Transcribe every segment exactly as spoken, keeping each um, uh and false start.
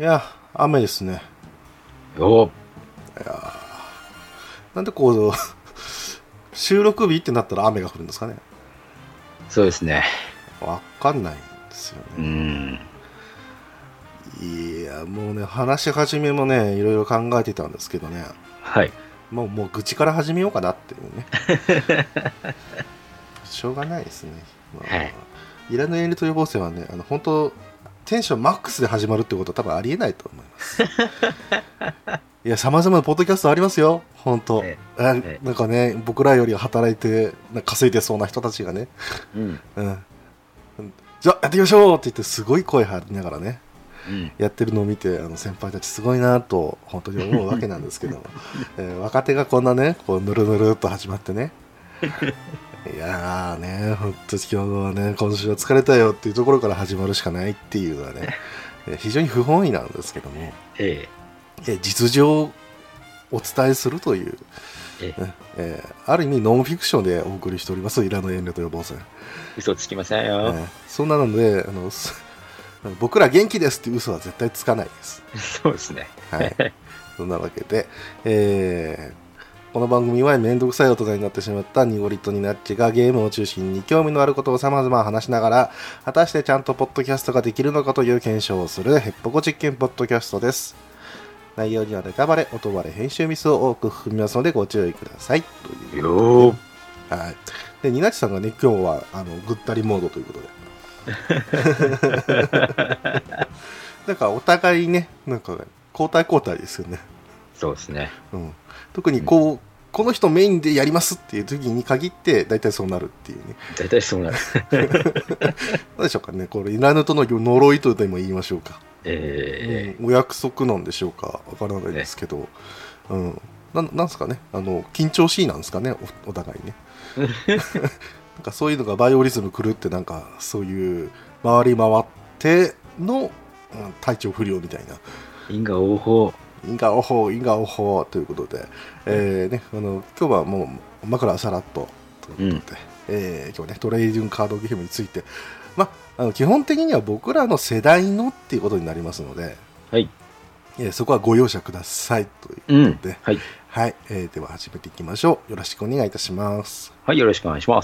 や、雨ですね。 お。いや、なんでこう収録日ってなったら雨が降るんですかね。 そうですね。 わかんないんですよね。 うん。 いや、もうね、話し始めもね、いろいろ考えてたんですけどね。 はい。 もう、もう愚痴から始めようかなっていうね。しょうがないですね。まあ、はい、いらぬ遠慮と予防線はね、あの本当テンションマックスで始まるってことは多分ありえないと思います。いや、さまざまなポッドキャストありますよ、本当、ええ、なんかね、僕らより働いて稼いでそうな人たちがね、うんうん、じゃあやっていきましょうって言ってすごい声張りながらね、うん、やってるのを見て、あの先輩たちすごいなと本当に思うわけなんですけども、えー、若手がこんなね、こうぬるぬるっと始まってねいやーね、本当今日はね、今週は疲れたよっていうところから始まるしかないっていうのはね、非常に不本意なんですけども、ええ、実情をお伝えするという、えええー、ある意味ノンフィクションでお送りしております、いらぬ遠慮と予防線。 嘘つきませんよ。えー、 そんなので、あの僕ら元気ですっていう嘘は絶対つかないです。 そうですね。 はい。そんなわけで、えーこの番組はめんどくさい大人になってしまったニゴリットになっちがゲームを中心に興味のあることを様々話しながら、果たしてちゃんとポッドキャストができるのかという検証をするヘッポコ実験ポッドキャストです。内容にはネタバレ、音バレ、編集ミスを多く含みますのでご注意ください。というよー。はい。で、ニナッチさんがね、今日はあのぐったりモードということで。なんかお互いね、なんか交代交代ですよね。 そうですね。 うん。特にこう、うん、この人メインでやりますっていう時に限って大体そうなるっていうね。 大体そうなる。 何でしょうかね、これイラヌとの呪いとでも言いましょうか。 えーうん、お約束なんでしょうか、わからないですけど、ね、うん、な, なんですかね、あの緊張しいなんですかね、 お, お互いね。なんかそういうのがバイオリズム狂って、なんかそういう回り回っての、うん、体調不良みたいな。 因果応報。 因果応報、因果応報ということで、えーね、あの今日はもう枕さらっとということで、うん、えー、今日ねトレーディングカードゲームについて、まあ、あの基本的には僕らの世代のっていうことになりますので、 はい、 えー、そこはご容赦くださいということで、うん、はい、はい、えー、では始めていきましょう。よろしくお願いいたします。 はい、よろしくお願いします。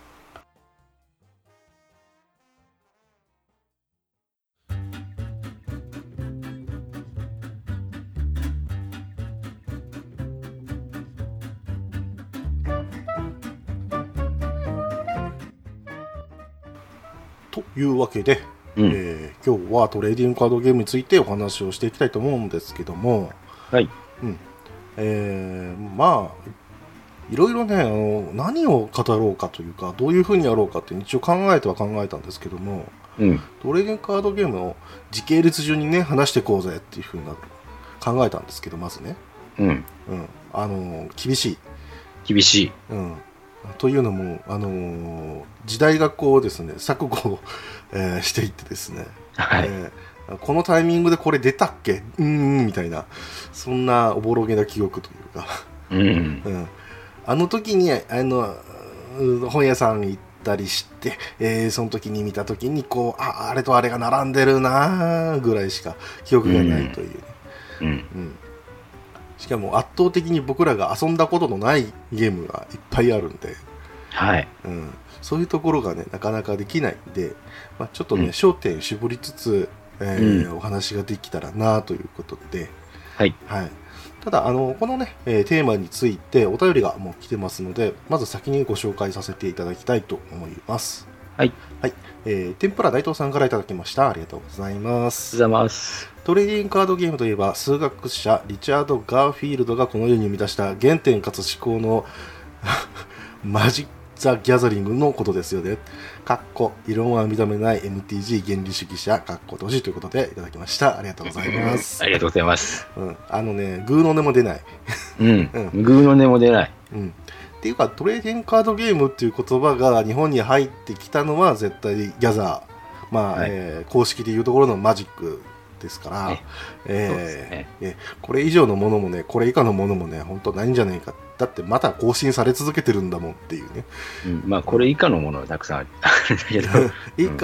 というわけで、うん、えー、今日はトレーディングカードゲームについてお話をしていきたいと思うんですけども、 はい、 うん、えー、まあいろいろね、あの何を語ろうかというか、どういうふうにやろうかって一応考えては考えたんですけども、うん、トレーディングカードゲームを時系列順にね話していこうぜっていうふうに考えたんですけど、まずね、うんうん、あの厳しい厳しい、 うん、というのも、あのー、時代がこうですね錯誤を、えー、していってですね、はい、えー、このタイミングでこれ出たっけ、うーんみたいな、そんなおぼろげな記憶というか、うんうん、あの時にあの本屋さん行ったりして、えー、その時に見た時にこう あ, あれとあれが並んでるなぐらいしか記憶がないという、ね、うんうん、しかも圧倒的に僕らが遊んだことのないゲームがいっぱいあるんで、 はい、 うん、そういうところがねなかなかできないんで、まあ、ちょっとね、うん、焦点絞りつつ、えーうん、お話ができたらなということで、 はいはい、ただあのこのね、えー、テーマについてお便りがもう来てますので、まず先にご紹介させていただきたいと思います。 はい、 はい、えー、天ぷら大東さんからいただきました。ありがとうございます。 ありがとうございます。 トレーディングカードゲームといえば数学者リチャード・ガーフィールドがこの世に生み出した原点かつ思考のマジック・ザ・ギャザリングのことですよね。かっこ異論は認めない エムティージー 原理主義者かっこ閉じということでいただきました。ありがとうございます。 ありがとうございます、 うん、あのねグーの音も出ない、 うん、うん、グーの音も出ない、 うん、っていうかトレーディングカードゲームっていう言葉が日本に入ってきたのは絶対ギャザー、まあ、はい、えー、公式でいうところのマジックですから、えーね、これ以上のものもねこれ以下のものもね本当ないんじゃないか。だってまた更新され続けてるんだもんっていうね、 うん、まあこれ以下のものはたくさんあるんだけど以下、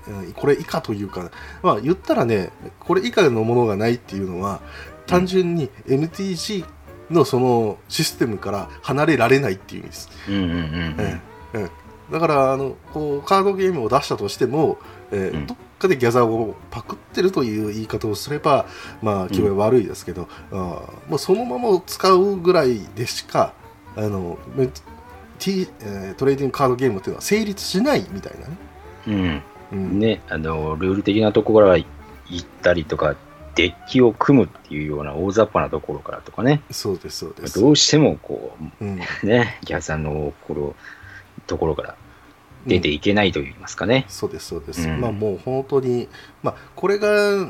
これ以下というか、まあ、言ったらねこれ以下のものがないっていうのは単純に エムティージー のそのシステムから離れられないっていう意味です、 うんうんうんうんええええ、だからあのこうカードゲームを出したとしても、えーうん、どっかでギャザーをパクってるという言い方をすればまあ気分悪いですけど、うん、あもうそのまま使うぐらいでしかあの、T えー、トレーディングカードゲームっていうのは成立しないみたいなね、 うんうん、ねあのルール的なところから言ったりとかデッキを組むっていうような大雑把なところからとかね、 そうですそうです、 どうしてもこう、うん、ねギャザーのところから出ていけないと言いますかね、 うん、そうですそうです、うん、まあもう本当に、まあ、これが、うん、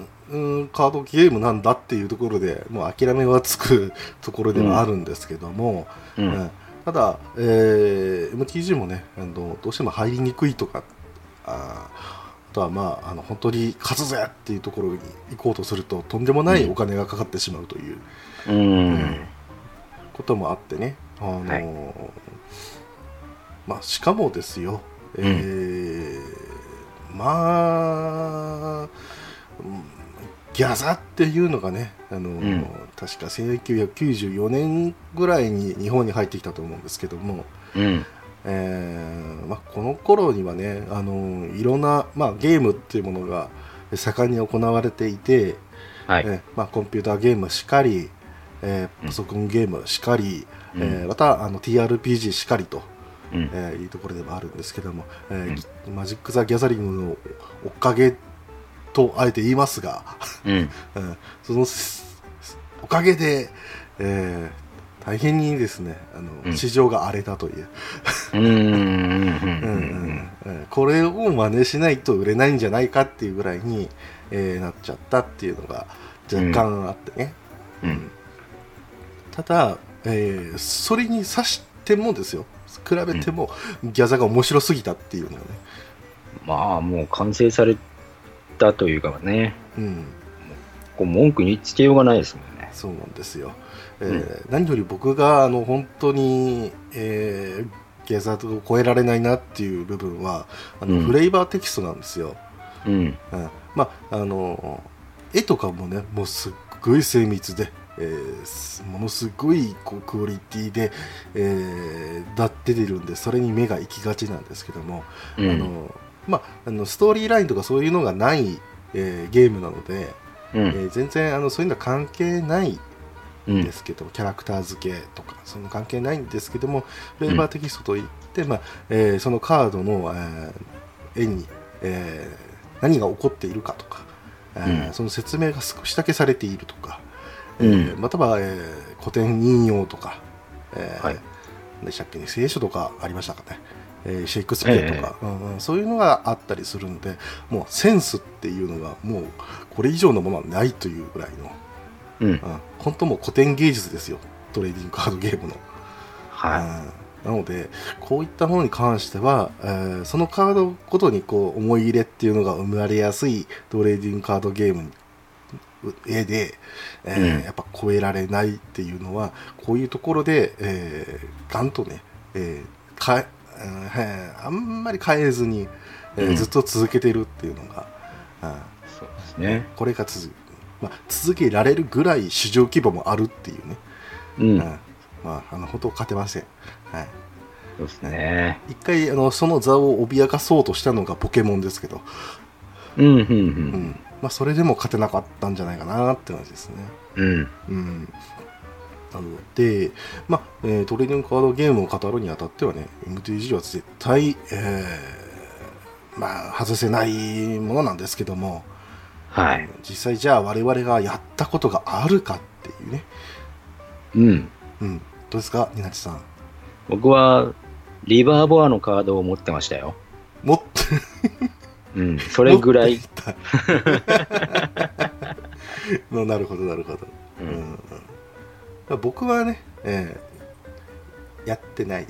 カードゲームなんだっていうところでもう諦めはつくところではあるんですけども、うんうん、ただ、えー、エムティージー もねあのどうしても入りにくいとかああとはまああの本当に勝つぜっていうところに行こうとするととんでもないお金がかかってしまうという、 うんうん、 こともあってね、あのーはいまあ、しかもですよ、えーうん、まあギャザっていうのがね、あのーうん、確かせんきゅうひゃくきゅうじゅうよねんぐらいに日本に入ってきたと思うんですけども、うんえーまあ、この頃にはね、あのー、いろんな、まあ、ゲームっていうものが盛んに行われていて、はいえーまあ、コンピューターゲームしかり、えー、パソコンゲームしかり、うんえー、またあの ティーアールピージー しかりと、うんえー、いうところでもあるんですけども、えーうん、マジック・ザ・ギャザリングのおかげとあえて言いますが、うん、そのおかげで、えー、大変にですねあの、うん、市場が荒れたというこれを真似しないと売れないんじゃないかっていうぐらいに、えー、なっちゃったっていうのが若干あってね、うんうん、ただ、えー、それにさしてもですよ比べても、うん、ギャザが面白すぎたっていうのがねまあもう完成されたというかね、うん、こう文句につけようがないですもんね。 そうなんですよ、えーうん、何より僕があの本当に、えー、ギャザーを超えられないなっていう部分はあの、うん、フレーバーテキストなんですよ、うんうん、まああの絵とかもねもうすっごい精密でえー、ものすごいこうクオリティで、えー、だって出てるんでそれに目が行きがちなんですけども、うんあのまあ、あのストーリーラインとかそういうのがない、えー、ゲームなので、うんえー、全然あのそういうのは関係ないんですけど、うん、キャラクター付けとかその関係ないんですけどもフレーバーテキストといって、まあえー、そのカードの、えー、絵に、えー、何が起こっているかとか、えーうん、その説明が少しだけされているとかえーうん、または、えー、古典引用とか、えーはい、でしたっけね聖書とかありましたかね、えー、シェイクスピアとか、えーうんうん、そういうのがあったりするのでもうセンスっていうのがもうこれ以上のものはないというぐらいの、うんうん、本当もう古典芸術ですよトレーディングカードゲームの、はい、なのでこういったものに関しては、えー、そのカードごとにこう思い入れっていうのが生まれやすいトレーディングカードゲーム絵で、えーうん、やっぱ超えられないっていうのはこういうところで、えー、ガンとね、えーかえー、あんまり変えずに、えーうん、ずっと続けてるっていうのが、うん、そうですね、これが続、まあ、続けられるぐらい市場規模もあるっていうね、うんうんまあ、あの本当勝てません、はい、 そうですね、 一回あのその座を脅かそうとしたのがポケモンですけど、 うんうんうんうんまあ、それでも勝てなかったんじゃないかなって感じですね。うん。うん、なので、まあえー、トレーディングカードゲームを語るにあたってはね、エムティージー は絶対、えーまあ、外せないものなんですけども、はい、実際じゃあ我々がやったことがあるかっていうね。うん。うん。どうですか、ニナチさん。 僕はリバーボアのカードを持ってましたよ。 持ってうん、それぐらいなるほどなるほど、うんうん、僕はね、えー、やってないです、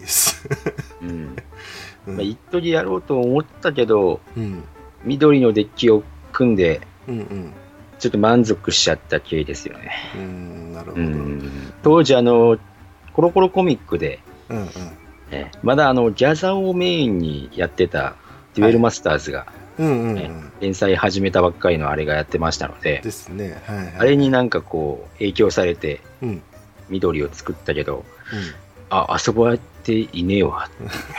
うんうんまあ、一時やろうと思ったけど、うん、緑のデッキを組んで、うんうん、ちょっと満足しちゃった系ですよね。うんなるほど、うん、当時あのコロコロコミックで、うんうんえー、まだあのギャザーをメインにやってたデュエルマスターズが、はいうんうんうんね、連載始めたばっかりのあれがやってましたので、 ですね、はいはい、 あれになんかこう影響されて、うん、緑を作ったけど、うん、あ遊ばれていねえわ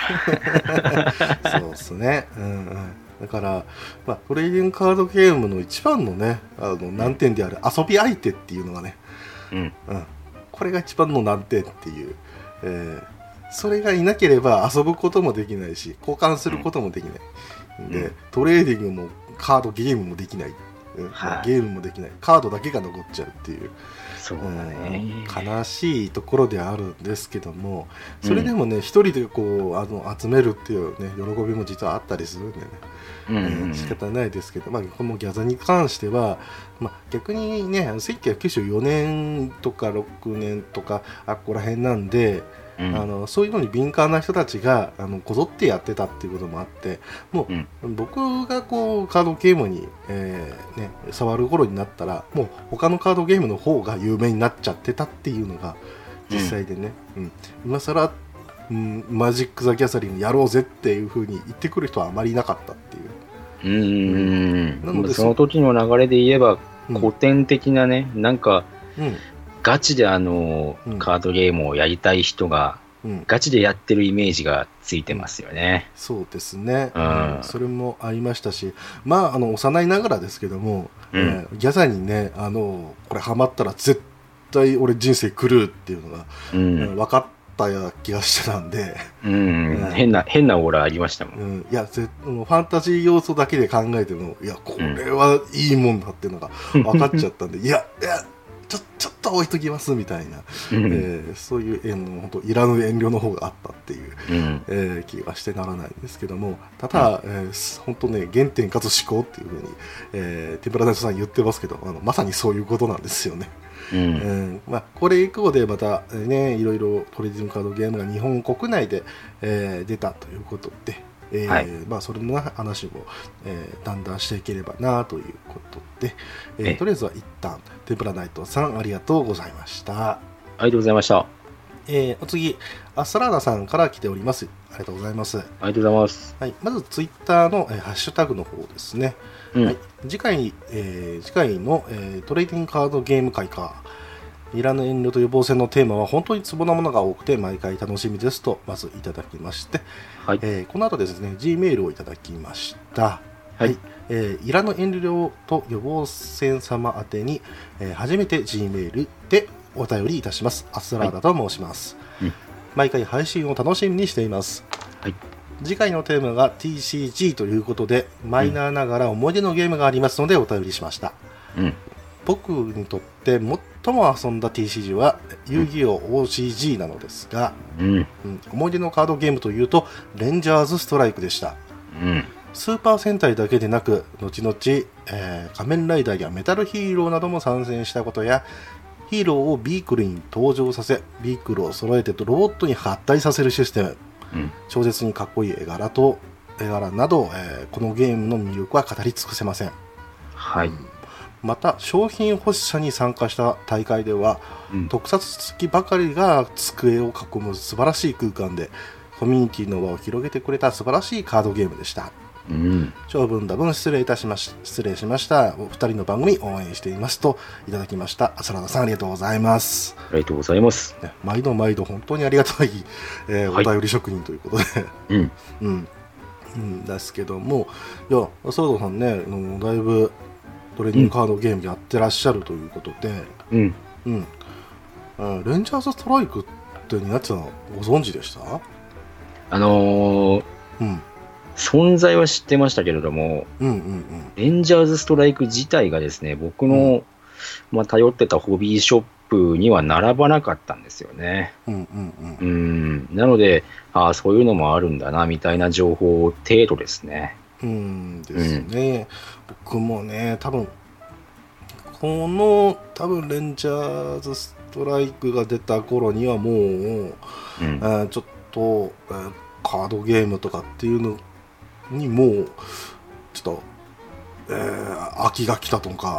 そうですね、うんうん、だから、まあ、トレーディングカードゲームの一番のねあの難点である遊び相手っていうのがね、うんうん、これが一番の難点っていう、えー、それがいなければ遊ぶこともできないし交換することもできない、うん、でトレーディングもカードゲームもできない、うんはい、ゲームもできないカードだけが残っちゃうっていうそうだね、 うん、悲しいところであるんですけどもそれでもね一、うん、人でこうあの集めるっていう、ね、喜びも実はあったりするんでね、うんうんうんえー、仕方ないですけど、まあ、このギャザに関しては、まあ、逆にねせんきゅうひゃくきゅうじゅうよねんとかろくねんとかあっこら辺なんでうん、あのそういうのに敏感な人たちがあのこぞってやってたっていうこともあってもう、うん、僕がこうカードゲームに、えーね、触る頃になったらもう他のカードゲームの方が有名になっちゃってたっていうのが実際でね、うんうん、今更、うん、マジック・ザ・ギャザリングやろうぜっていう風に言ってくる人はあまりいなかったっていううーんなのでその時の流れで言えば、うん、古典的なねなんか、うんガチであの、うん、カードゲームをやりたい人が、うん、ガチでやってるイメージがついてますよね。 そうですね、うん、それもありましたしまああの幼いながらですけども、うんえー、ギャザにねあのこれハマったら絶対俺人生狂うっていうのが、うんうん、分かったような気がしてたんで、 うんうん、変な変なオーラありましたもん、 うん、いやぜファンタジー要素だけで考えてもいやこれはいいもんだっていうのが分かっちゃったんで、うん、いやいやちょちょっと置いときますみたいな、うんえー、そういうえの本当いらぬ遠慮の方があったっていう、うんえー、気がしてならないんですけどもただ、うんえー、本当ね原点かつ思考っていうふうに、えー、テンプラナイトさん言ってますけどあのまさにそういうことなんですよね、うんうんまあ、これ以降でまた、ね、いろいろトレーディングカードゲームが日本国内で、えー、出たということでえーはいまあ、それの話も、えー、だんだんしていければなということで、えー、とりあえずは一旦テンプラナイトさんありがとうございました。 ありがとうございました。 えー、お次アスラーナさんから来ております。ありがとうございます。 ありがとうございます。 はい、まずツイッターの、えー、ハッシュタグの方ですね、うんはい、次回、えー、次回の、えー、トレーディングカードゲーム会かいらぬ遠慮と予防戦のテーマは本当にツボなものが多くて毎回楽しみですとまずいただきまして、はいえー、この後ですね G メールをいただきました、はいはいえー、いらぬ遠慮と予防戦様宛てに、えー、初めて G メールでお便りいたしますアスラーダと申します、はいうん、毎回配信を楽しみにしています、はい、次回のテーマが ティーシージー ということでマイナーながら思い出のゲームがありますのでお便りしました、うん僕にとって最も遊んだ ティーシージー は遊戯王 オーシージー なのですが、うんうん、思い出のカードゲームというとレンジャーズストライクでした、うん、スーパー戦隊だけでなく後々、えー、仮面ライダーやメタルヒーローなども参戦したことやヒーローをビークルに登場させビークルを揃えてロボットに合体させるシステム、うん、超絶にかっこいい絵柄と絵柄など、えー、このゲームの魅力は語り尽くせません。 はい、うんまた商品欲しさに参加した大会では、うん、特撮付きばかりが机を囲む素晴らしい空間でコミュニティの輪を広げてくれた素晴らしいカードゲームでした、うん、長文多文失礼いたしまし失礼しましたお二人の番組応援していますといただきましたアスラダさんありがとうございますありがとうございます、 ね、毎度毎度本当にありがたい、えーはい、お便り職人ということでうんうんうんですけどもいやアスラダさんねだいぶトレーディングカードゲームやってらっしゃるということで、うんうん、レンジャーズストライクってになってたのご存知でした？ あのーうん、存在は知ってましたけれども、うんうんうん、レンジャーズストライク自体がですね僕の、うんまあ、頼ってたホビーショップには並ばなかったんですよね、うんうんうん、うんなのであそういうのもあるんだなみたいな情報程度ですね。 うんですね、うん、僕もね多分この多分レンジャーズストライクが出た頃にはもう、うんえー、ちょっと、えー、カードゲームとかっていうのにもうちょっと、えー、秋が来たとか、え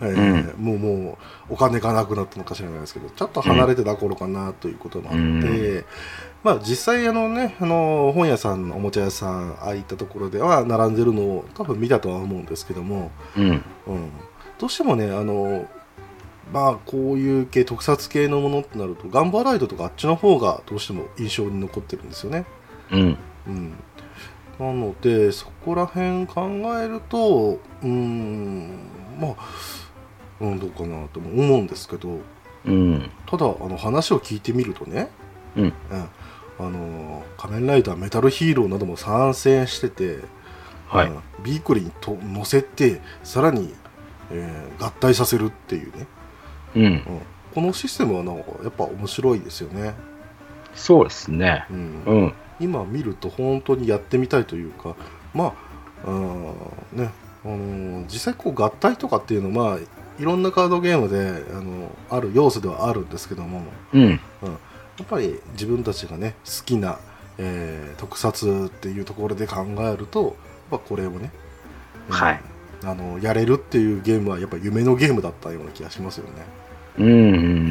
えーうん、もうもうお金がなくなったのか知らないですけど、ちょっと離れてた頃かなということもあって、うん、まあ実際あのね、あの本屋さん、おもちゃ屋さん、ああいったところでは並んでるのを多分見たとは思うんですけども、うんうん、どうしてもね、あのまあこういう系特撮系のものってなるとガンバライドとかあっちの方がどうしても印象に残ってるんですよね。うんうん、なのでそこら辺考えるとうーんまあ、うん、どうかなと思うんですけど、うん、ただあの話を聞いてみるとね、うんうん、あの仮面ライダーメタルヒーローなども参戦してて、はい、うん、ビークリにと乗せてさらに、えー、合体させるっていうね、うんうん、このシステムはなんかやっぱ面白いですよね。 そうですね、うんうん、 今見ると本当にやってみたいというか、まあ、あね、あのー、実際こう合体とかっていうのは、まあ、いろんなカードゲームであのある要素ではあるんですけども、うんうん、やっぱり自分たちがね好きな、えー、特撮っていうところで考えると、まあ、これをね、はい、あのやれるっていうゲームはやっぱ夢のゲームだったような気がしますよね。うんうんうんうん、うんうん、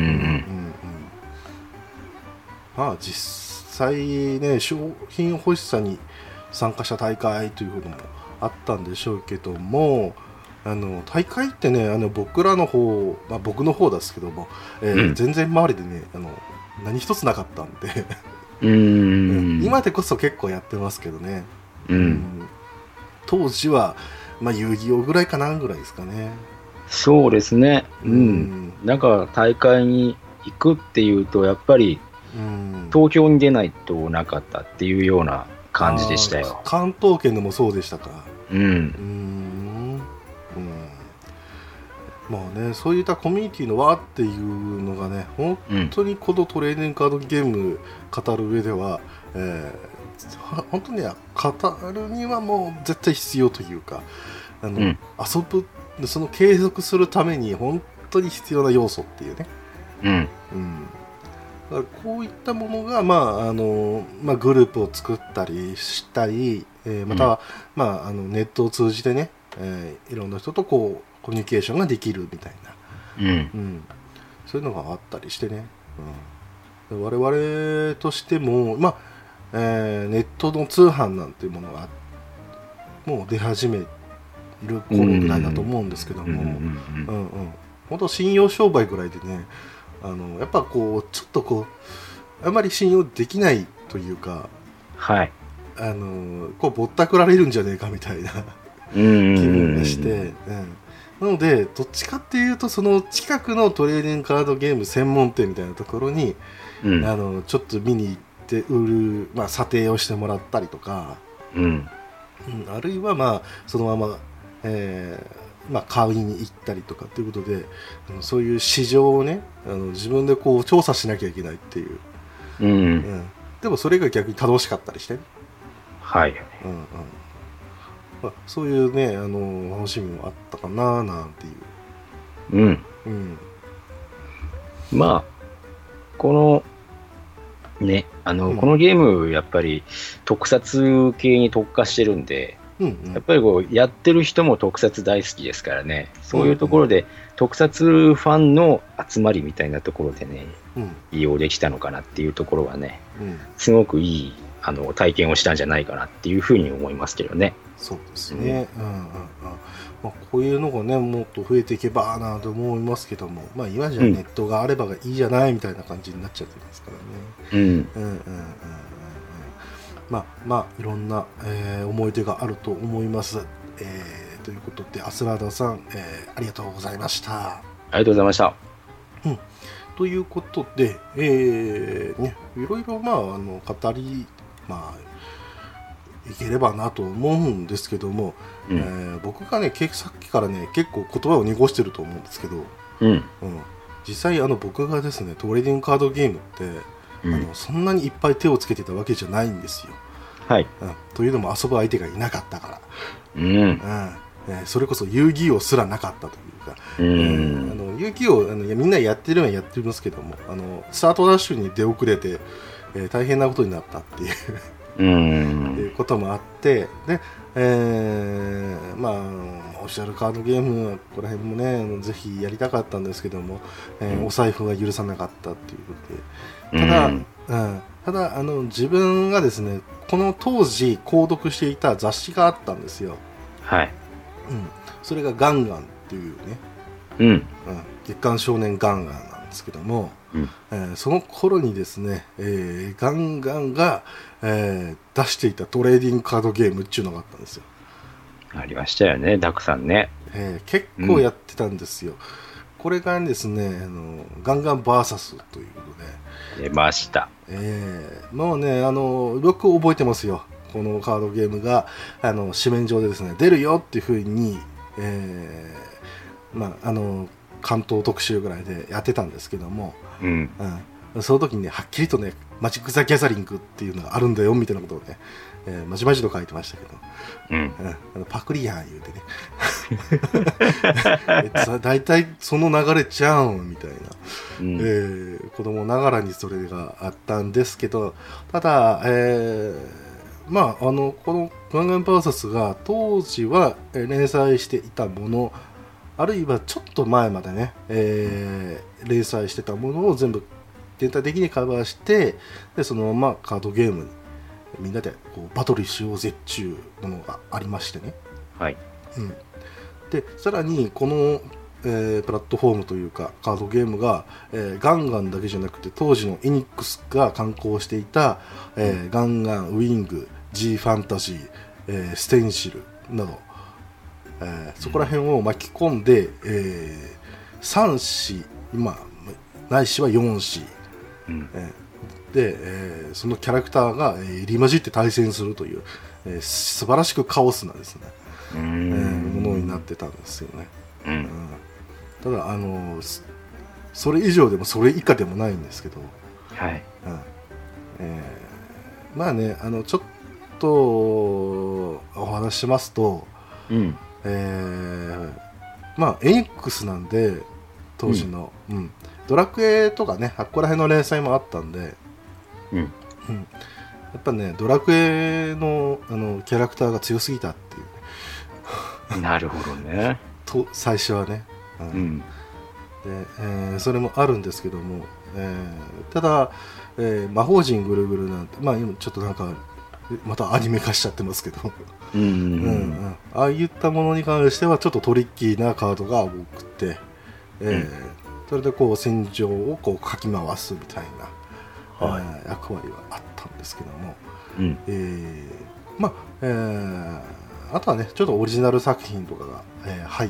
まあ実際ね商品欲しさに参加した大会ということもあったんでしょうけども、あの大会ってね、あの僕らの方、まあ、僕の方ですけども、えーうん、全然周りでねあの何一つなかったんでうーん今でこそ結構やってますけどね、うんうん、当時は、まあ、遊戯王ぐらいかなぐらいですかね。 そうですね、うん、うん、なんか大会に行くっていうとやっぱり、うん、東京に出ないとなかったっていうような感じでしたよ。 関東圏でもそうでしたか。うん、うーん、うん、まあね、そういったコミュニティの輪っていうのがね本当にこのトレーディングカードゲーム語る上では、えー、本当に語るにはもう絶対必要というか、あの、うん、遊ぶその継続するために本当に必要な要素っていうね、うんうん、だからこういったものが、まああのまあ、グループを作ったりしたり、えー、または、うん、まあ、あのネットを通じてね、えー、いろんな人とこうコミュニケーションができるみたいな、うんうん、そういうのがあったりしてね、うん、我々としても、まあえー、ネットの通販なんていうものがもう出始める頃ぐらいだと思うんですけども、本当信用商売ぐらいでね、あのやっぱこうちょっとこうあまり信用できないというか、はい、あのこうぼったくられるんじゃねえかみたいな気分がして、うん、なのでどっちかっていうとその近くのトレーディングカードゲーム専門店みたいなところに、うん、あのちょっと見に行って売る、まあ、査定をしてもらったりとか、うんうん、あるいはまあそのままえーまあ、買いに行ったりとかということで、そういう市場をねあの自分でこう調査しなきゃいけないっていう、うんうん、でもそれが逆に楽しかったりして、はい、うんうんまあ、そういうねあの楽しみもあったかななんていう、うんうん、 まあこのねあの、うん、このゲームやっぱり特撮系に特化してるんで、うんうん、やっぱりこうやってる人も特撮大好きですからね、そういうところで特撮ファンの集まりみたいなところでね、うん、利用できたのかなっていうところはね、うん、すごくいいあの体験をしたんじゃないかなっていうふうに思いますけどね。 そうですね、うんうんうんまあ、こういうのがねもっと増えていけばなと思いますけども、まあ、今じゃネットがあればいいじゃないみたいな感じになっちゃってますからね、うんうんうんうんまあまあいろんな、えー、思い出があると思います、えー、ということでアスラーダさん、えー、ありがとうございました。 ありがとうございました、 うん、ということで、えーね、いろいろ、まあ、あの語り、まあ、いければなと思うんですけども、うんえー、僕がねさっきからね結構言葉を濁してると思うんですけど、うんうん、実際あの僕がですねトレーディングカードゲームってあのそんなにいっぱい手をつけてたわけじゃないんですよ、はいうん、というのも遊ぶ相手がいなかったから、うんうんえー、それこそ遊戯王すらなかったというか、うんえー、あの遊戯王あのみんなやってるのはやってますけどもあのスタートダッシュに出遅れて、えー、大変なことになったっていううん、 いうこともあって、で、えー、まあオフィシャルカードゲームはここら辺もねぜひやりたかったんですけども、えー、お財布が許さなかったっていうことで、ただ、うんうん、ただあの自分がですねこの当時購読していた雑誌があったんですよ。 はい。 うん、それがガンガンっていうね、 うんうん、 月刊少年ガンガンなんですけども、 うんえー、その頃にですね、えー、ガンガンが、えー、出していたトレーディングカードゲームっていうのがあったんですよ。 ありましたよね、たくさんね、 えー、結構やってたんですよ、うん、これがですねあのガンガン ブイエス ということで出ました、 えー、もうねあのよく覚えてますよ。このカードゲームがあの紙面上でですね出るよっていう風に、えー、まああの関東特集ぐらいでやってたんですけども、 うんうん、その時にねはっきりとねマジック・ザ・ギャザリングっていうのがあるんだよみたいなことをね、えー、まじまじと書いてましたけど、 うんうん、 あのパクリやん言うてねだいたいその流れちゃうんみたいな、うんえー、子供ながらにそれがあったんですけど、ただ、えーまあ、あのこのガンガン ブイエス が当時は連載していたものあるいはちょっと前までね、えー、連載してたものを全部全体的にカバーしてでそのままカードゲームにみんなでこうバトルしようぜっちゅうものがありましてね、 はいうん、でさらにこの、えー、プラットフォームというかカードゲームが、えー、ガンガンだけじゃなくて当時のエニックスが刊行していた、えー、ガンガン、ウィング、G ファンタジー、えー、ステンシルなど、えー、そこら辺を巻き込んで、えー、さん子、まあ、ないしはよん子、うんえー、で、えー、そのキャラクターが、えー、入り混じって対戦するという、えー、素晴らしくカオスなですね、えー、ものになってたんですよね、うんうん、ただあのー、それ以上でもそれ以下でもないんですけど、 はいうんえー、まあねあのちょっとお話ししますと、 うんえー、まあエニックスなんで当時の、うんうん、ドラクエとかねあっこら辺の連載もあったんで、 うんうん、 やっぱねドラクエ の, あのキャラクターが強すぎたっていう、 ね、なるほどねと最初はね、うんうん、でえー、それもあるんですけども、えー、ただ、えー、魔法陣ぐるぐるなんてまあ今ちょっとなんかまたアニメ化しちゃってますけどうんうん、うん、ああいったものに関してはちょっとトリッキーなカードが多くて、えーうん、それでこう戦場をこうかき回すみたいな、はいえー、役割はあったんですけども、うんえーまあえー、あとはねちょっとオリジナル作品とかが、えー、入って、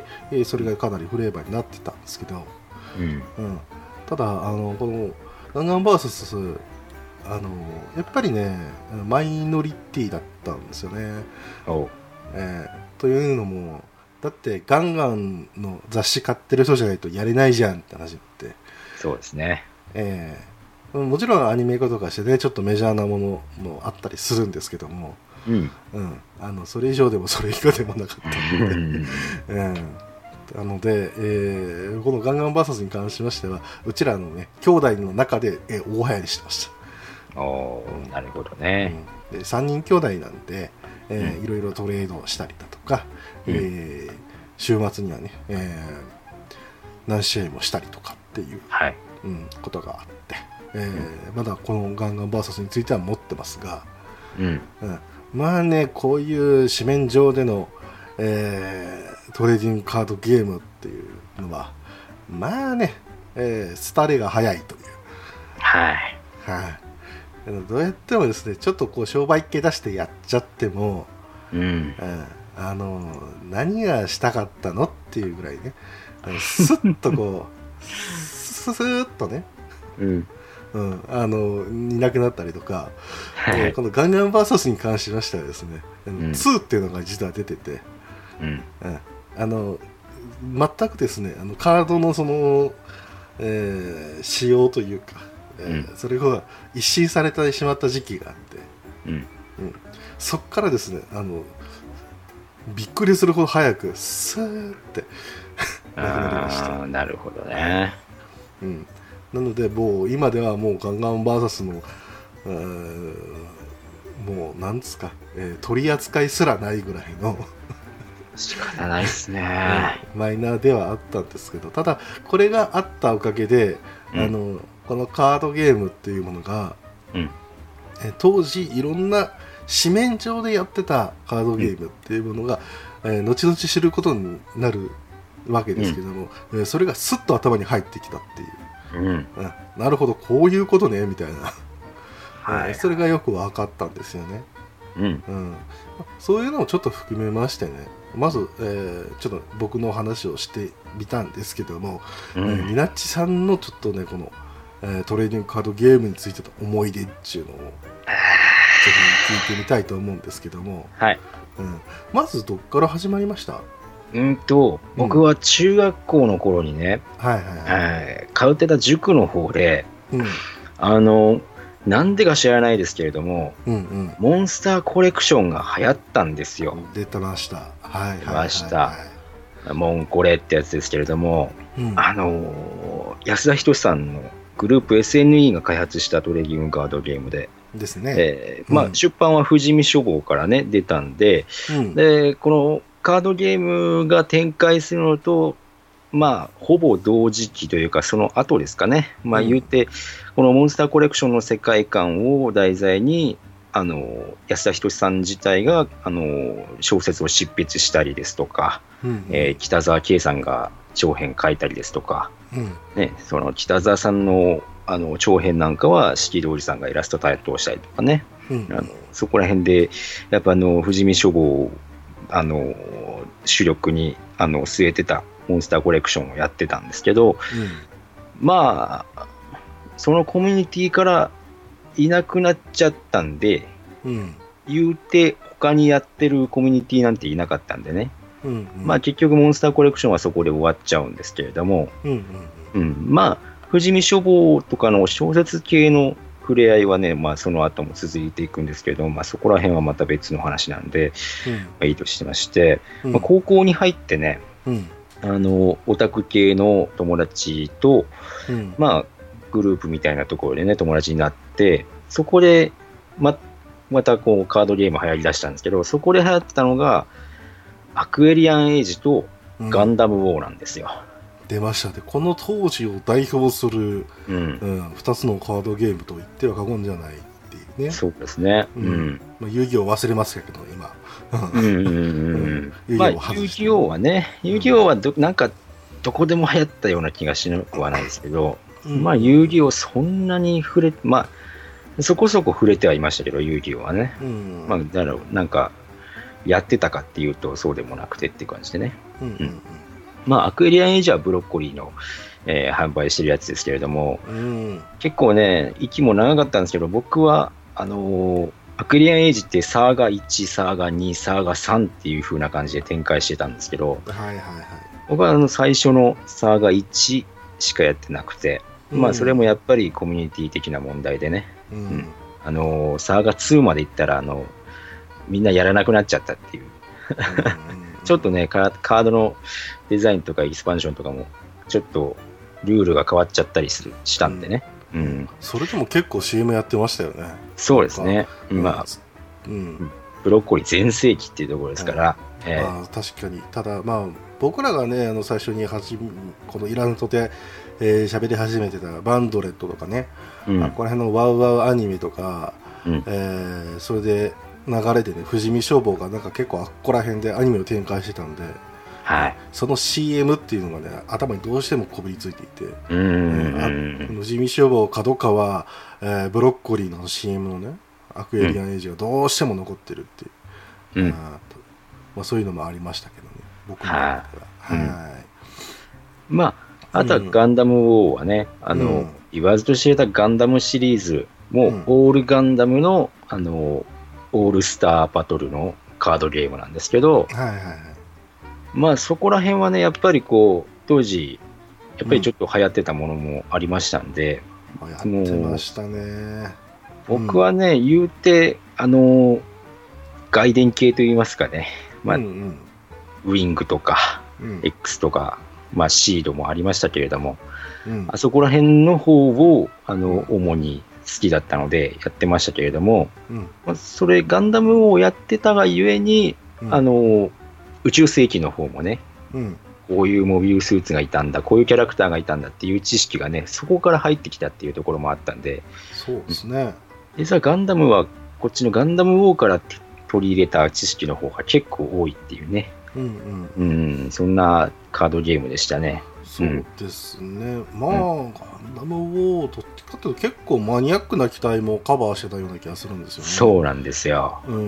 えー、それがかなりフレーバーになってたんですけど、うんうん、ただあのこのガンガン ブイエス あのやっぱりねマイノリティだったんですよね、えー、というのもだってガンガンの雑誌買ってる人じゃないとやれないじゃんって話になって、 そうですね、 えー、もちろんアニメ化とかしてねちょっとメジャーなものもあったりするんですけども、うんうん、あのそれ以上でもそれ以下でもなかったので、うんなので、えー、このガンガン ブイエス に関しましてはうちらのね兄弟の中で、えー、大流行りしてました。 おー、うん、なるほどね、 うん、でさんにん兄弟なんで、えーうん、いろいろトレードしたりだとか、うんえー、週末にはね、えー、何試合もしたりとかっていう、はいうん、ことがあって、えーうん、まだこのガンガン ブイエス については持ってますが、うんうん、まあねこういう紙面上での、えー、トレーディングカードゲームっていうのはまあね、えー、廃れが早いというはいはい、どうやってもですねちょっとこう商売系出してやっちゃっても、うんうん、あの何がしたかったのっていうぐらいねスッとこうスーッとね、うんうん、あのいなくなったりとか、はいえー、このガンガン ブイエス に関しましてはですね、うん、ツーっていうのが実は出てて、うんうん、あの全くですねあのカードのその、えー、仕様というかえーうん、それが一新されてしまった時期があって、うんうん、そっからですねあのびっくりするほど早くスーってなくなりました。 なるほどね、 うん、なのでもう今ではもうガンガン ブイエス のもうなんですか、えー、取り扱いすらないぐらいの仕方ないですね、 マイナーではあったんですけど、ただこれがあったおかげで、うん、あのこのカードゲームっていうものが、うん、え当時いろんな紙面上でやってたカードゲームっていうものが、うんえー、後々知ることになるわけですけども、うんえー、それがスッと頭に入ってきたっていう、うんうん、なるほどこういうことねみたいな、はい、それがよく分かったんですよね、うんうん、そういうのをちょっと含めましてね、まず、えー、ちょっと僕の話をしてみたんですけども、うんえー、ニナッチさんのちょっとねこの、えー、トレーディングカードゲームについての思い出っていうのをぜひ聞いてみたいと思うんですけども、はいうん、まずどっから始まりました？ うんと僕は中学校の頃にね、うんはいはいはい、通ってた塾の方で、うん、あのなんでか知らないですけれども、うんうん、モンスターコレクションが流行ったんですよ。 出てました。はいはいはい、はい、 出ました。モンコレってやつですけれども、うん、あの安田仁さんのグループ エスエヌイー が開発したトレーディングカードゲームで、ですね。えーまあ、うん、出版は富士見書房からね出たんで、うん、でこのカードゲームが展開するのとまあ、ほぼ同時期というかその後ですかね、まあ、言うて、うん、このモンスターコレクションの世界観を題材にあの安田仁さん自体があの小説を執筆したりですとか、うんうんえー、北沢圭さんが長編書いたりですとか、うんね、その北沢さん の, あの長編なんかは四季通りさんがイラスト担当したりとかね、うん、あのそこら辺でやっぱあの富士見書房をあの主力にあの据えてたモンスターコレクションをやってたんですけど、うん、まあそのコミュニティからいなくなっちゃったんで、うん、言うて他にやってるコミュニティなんていなかったんでね、うんうん、まあ結局モンスターコレクションはそこで終わっちゃうんですけれども、うんうんうんうん、まあ富士見書房とかの小説系の触れ合いはね、まあ、その後も続いていくんですけど、まあ、そこら辺はまた別の話なんで、うんまあ、いいとしてまして、うんまあ、高校に入ってね、うんあのオタク系の友達と、うんまあ、グループみたいなところでね友達になって、そこで ま, またこうカードゲーム流行りだしたんですけど、そこで流行ってたのがアクエリアンエイジとガンダムウォーなんですよ、 うん、出ましたね。この当時を代表する、うんうん、ふたつのカードゲームと言っては過言じゃないっていうね。 そうですね、うんうんまあ、遊戯王忘れましたけど今うんうんうんまあ、遊戯王はね、遊戯王はどなんかどこでも流行ったような気がしなくはないですけど、うん、まあ遊戯王そんなに触れ、まあそこそこ触れてはいましたけど、遊戯王はね、うん、まあだからなんかやってたかっていうとそうでもなくてっていう感じでね、うんうんうん、まあアクエリアンエイジはブロッコリーの、えー、販売してるやつですけれども、うん、結構ね息も長かったんですけど、僕はあのーアクエリアンエイジってサーガいち、サーガに、サーガさんっていう風な感じで展開してたんですけど、はいはいはい、僕はあの最初のサーガいちしかやってなくて、うん、まあそれもやっぱりコミュニティ的な問題でね、うんうん、あのサーガにまで行ったらあのみんなやらなくなっちゃったっていう、うんうん、ちょっとねカードのデザインとかエキスパンションとかもちょっとルールが変わっちゃったりするしたんでね、うんうん、 それでも結構 シーエム やってましたよね。 そうですね、今、うん、ブロッコリー全盛期っていうところですから、 うんえーまあ、確かに。ただまあ僕らがねあの最初に始めこのイラントで喋、えー、り始めてたバンドレットとかね、うん、ここら辺のワウワウアニメとか、うんえー、それで流れでね富士見書房がなんか結構あっこら辺でアニメを展開してたんで、はい、その シーエム っていうのがね頭にどうしてもこびりついていて、うん、えー、富士見書房角川、えー、ブロッコリーの シーエム のねアクエリアンエイジがどうしても残ってるっていう、うん、あまあ、そういうのもありましたけどね僕の中では、はいはい、 うん、まああとはガンダムウォーはね、うん、あの言わずと知れたガンダムシリーズも、うん、オールガンダムのあのオールスターバトルのカードゲームなんですけど、はいはいはい、まあそこら辺はねやっぱりこう当時やっぱりちょっと流行ってたものもありましたんで、 うん、やってましたね。 僕はね、うん、言うてあの外伝系といいますかね、まあうんうん、ウィングとか、うん、X とか、まあ、シードもありましたけれども、うん、あそこら辺の方をあの、うん、主にきだったのでやってましたけれども、うんまあ、それガンダムをやってたがゆえに、うん、あの宇宙世紀の方もね、うん、こういうモビルスーツがいたんだ、こういうキャラクターがいたんだっていう知識がね、そこから入ってきたっていうところもあったんで、 そうですね。 実はガンダムはこっちのガンダムウォーから取り入れた知識の方が結構多いっていうね、うんうんうん、そんなカードゲームでしたね。 そうですね、うん、まあ、うん、ガンダムウォーどっちかというと結構マニアックな機体もカバーしてたような気がするんですよね。 そうなんですよ、うん、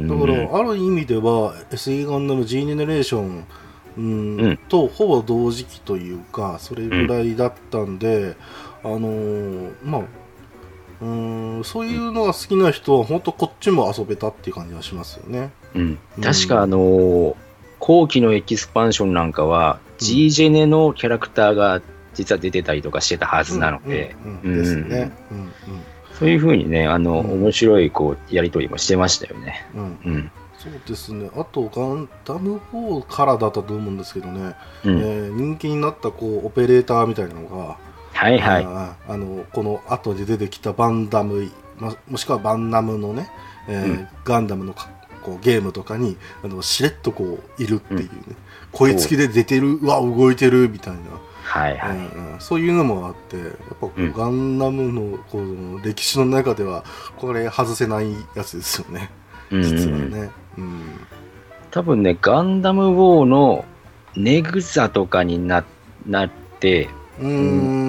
だからある意味では エスイー ガンダム G ジェネレーション、うんうん、とほぼ同時期というかそれぐらいだったんで、うん、あのー、まあうーんそういうのが好きな人は本当こっちも遊べたっていう感じがしますよね、 うん、確かあのー、後期のエキスパンションなんかは G ジェネのキャラクターが実は出てたりとかしてたはずなので、 ですね。 そういう風にね、あの、うん、面白いこうやり取りもしてましたよね。うん。 うん、そうですね。あとガンダムフォーからだったと思うんですけどね、うん、えー、人気になったこうオペレーターみたいなのが、 はいはい。 ああのこの後で出てきたバンダム、ま、もしくはバンナムのね、えーうん、ガンダムのこうゲームとかにあのしれっとこういるっていうね、うん、声付きで出てる、うわ動いてるみたいな。 はいはい、 うん、そういうのもあってやっぱこう、うん、ガンダムのこう歴史の中ではこれ外せないやつですよね、うん、実はね、うん、 多分ねガンダムウォーのネグザとかに な, なってうん、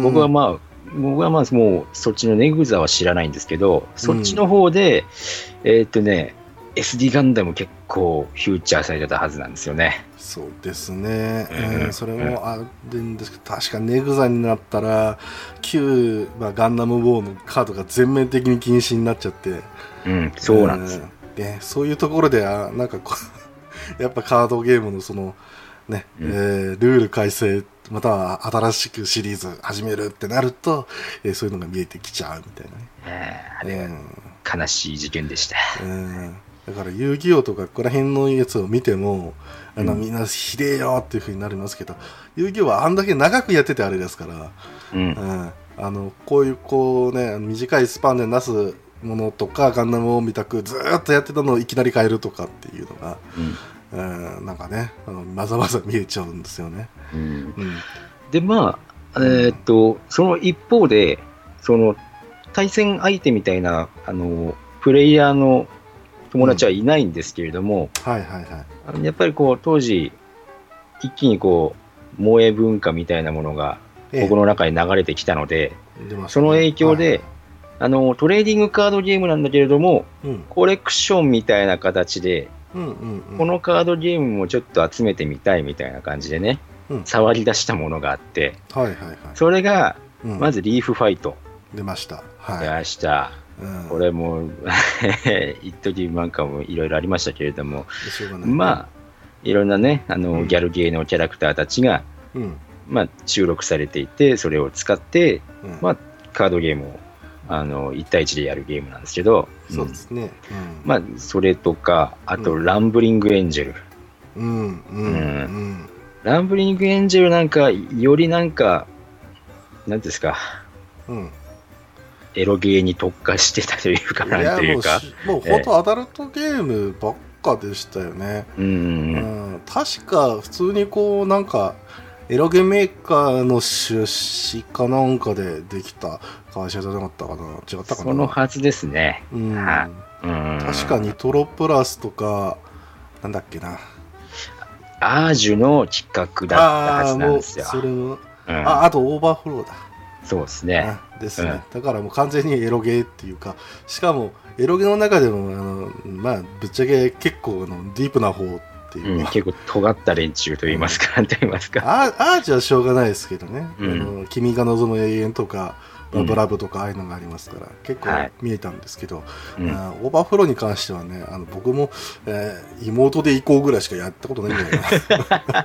僕はまあ僕はまあもうそっちのネグザは知らないんですけど、そっちの方で、うん、えー、っとね エスディー ガンダム結構フューチャーされてたはずなんですよね。 そうですね、うん、それもあるんですけど、確かネグザになったら旧、まあ、ガンダムウォーのカードが全面的に禁止になっちゃって、 うん、そうなんです、 うん、でそういうところであなんかこうやっぱカードゲームのそのね、うん、えー、ルール改正または新しくシリーズ始めるってなると、えー、そういうのが見えてきちゃうみたいなね、 えー、あれは悲しい事件でした、 うんだから遊戯王とかここら辺のやつを見てもあの、うん、みんなひでえよっていう風になりますけど、遊戯王はあんだけ長くやっててあれですから、うんうん、あのこういうこうね短いスパンでなすものとかガンダムを見たくずーっとやってたのをいきなり変えるとかっていうのが、うんうん、なんかねあのまざまざ見えちゃうんですよね、うんうん、 でまあえー、っとその一方でその対戦相手みたいなあのプレイヤーの友達はいないんですけれども、 うんはいはいはい、 やっぱりこう当時一気にこう萌え文化みたいなものが僕の中に流れてきたので、ええね、その影響で、はいはい、あのトレーディングカードゲームなんだけれども、うん、コレクションみたいな形で、うんうんうん、このカードゲームもちょっと集めてみたいみたいな感じでね、うん、触り出したものがあって、 はいはいはい、 それが、うん、まずリーフファイト出ました、はい、 出ました、うん、これも一時なんかもいろいろありましたけれども、まあいろんなねあの、うん、ギャルゲーのキャラクターたちが、うんまあ、収録されていてそれを使って、うんまあ、カードゲームをあのいち対いちでやるゲームなんですけど、 そうですね、うんまあ、それとかあと、うん、ランブリングエンジェル、 うんうんうん、 ランブリングエンジェルなんかよりなんかなんですか、うんエロゲーに特化してたというかなんていうかもう本当アダルトゲームばっかでしたよね、うんうん、確か普通にこうなんかエロゲメーカーの出資かなんかでできた会社じゃなかったかな違ったかなそのはずですね、うん、はうん確かニトロプラスとかなんだっけなアージュの企画だったはずなんですよ。 あそれも、うん、ああとオーバーフローだそうですね。 ですね、うん、だからもう完全にエロゲーっていうかしかもエロゲの中でもあの、まあ、ぶっちゃけ結構あのディープな方っていう、 うん、結構尖った連中と言いますか、うん、と言いますかアーチはしょうがないですけどね、うん、あの君が望む永遠とかラブラブとかああいうのがありますから、うん、結構見えたんですけど、はいうん、オーバーフローに関してはねあの僕も、えー、妹で行こうぐらいしかやったことないんだよな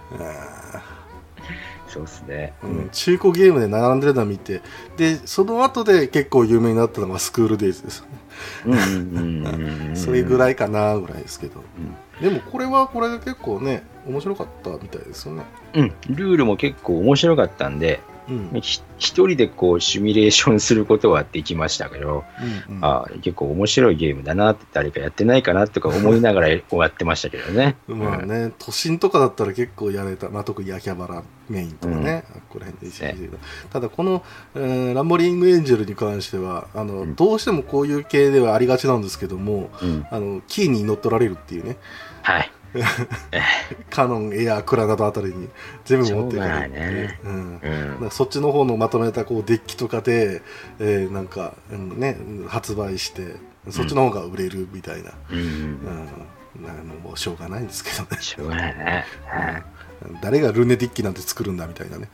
そうですね、 うん、中古ゲームで並んでるのを見てでその後で結構有名になったのがスクールデイズですそれぐらいかなぐらいですけど、うん、でもこれはこれで結構ね面白かったみたいですよね。 うんルールも結構面白かったんで、 うん、一人でこうシミュレーションすることはできましたけど、うんうん、あ結構面白いゲームだなって、誰かやってないかなとか思いながら終わってましたけどね。 まあね、うん、都心とかだったら結構やれた、まあ、特に秋葉原メインとかね、うん、この辺で意識してた、ね、ただこの、えー、ランボリングエンジェルに関してはあの、うん、どうしてもこういう系ではありがちなんですけども、うん、あのキーに乗っ取られるっていうね、 はいカノン、エアー、クラナドあたりに全部持っていかれて、ねうんうん、そっちの方のまとめたこうデッキとかで、えー、なんか、うんね、発売してそっちの方が売れるみたいな、うんうん、もうしょうがないんですけどね。 しょうがないね、 うん、誰がルネデッキなんて作るんだみたいなね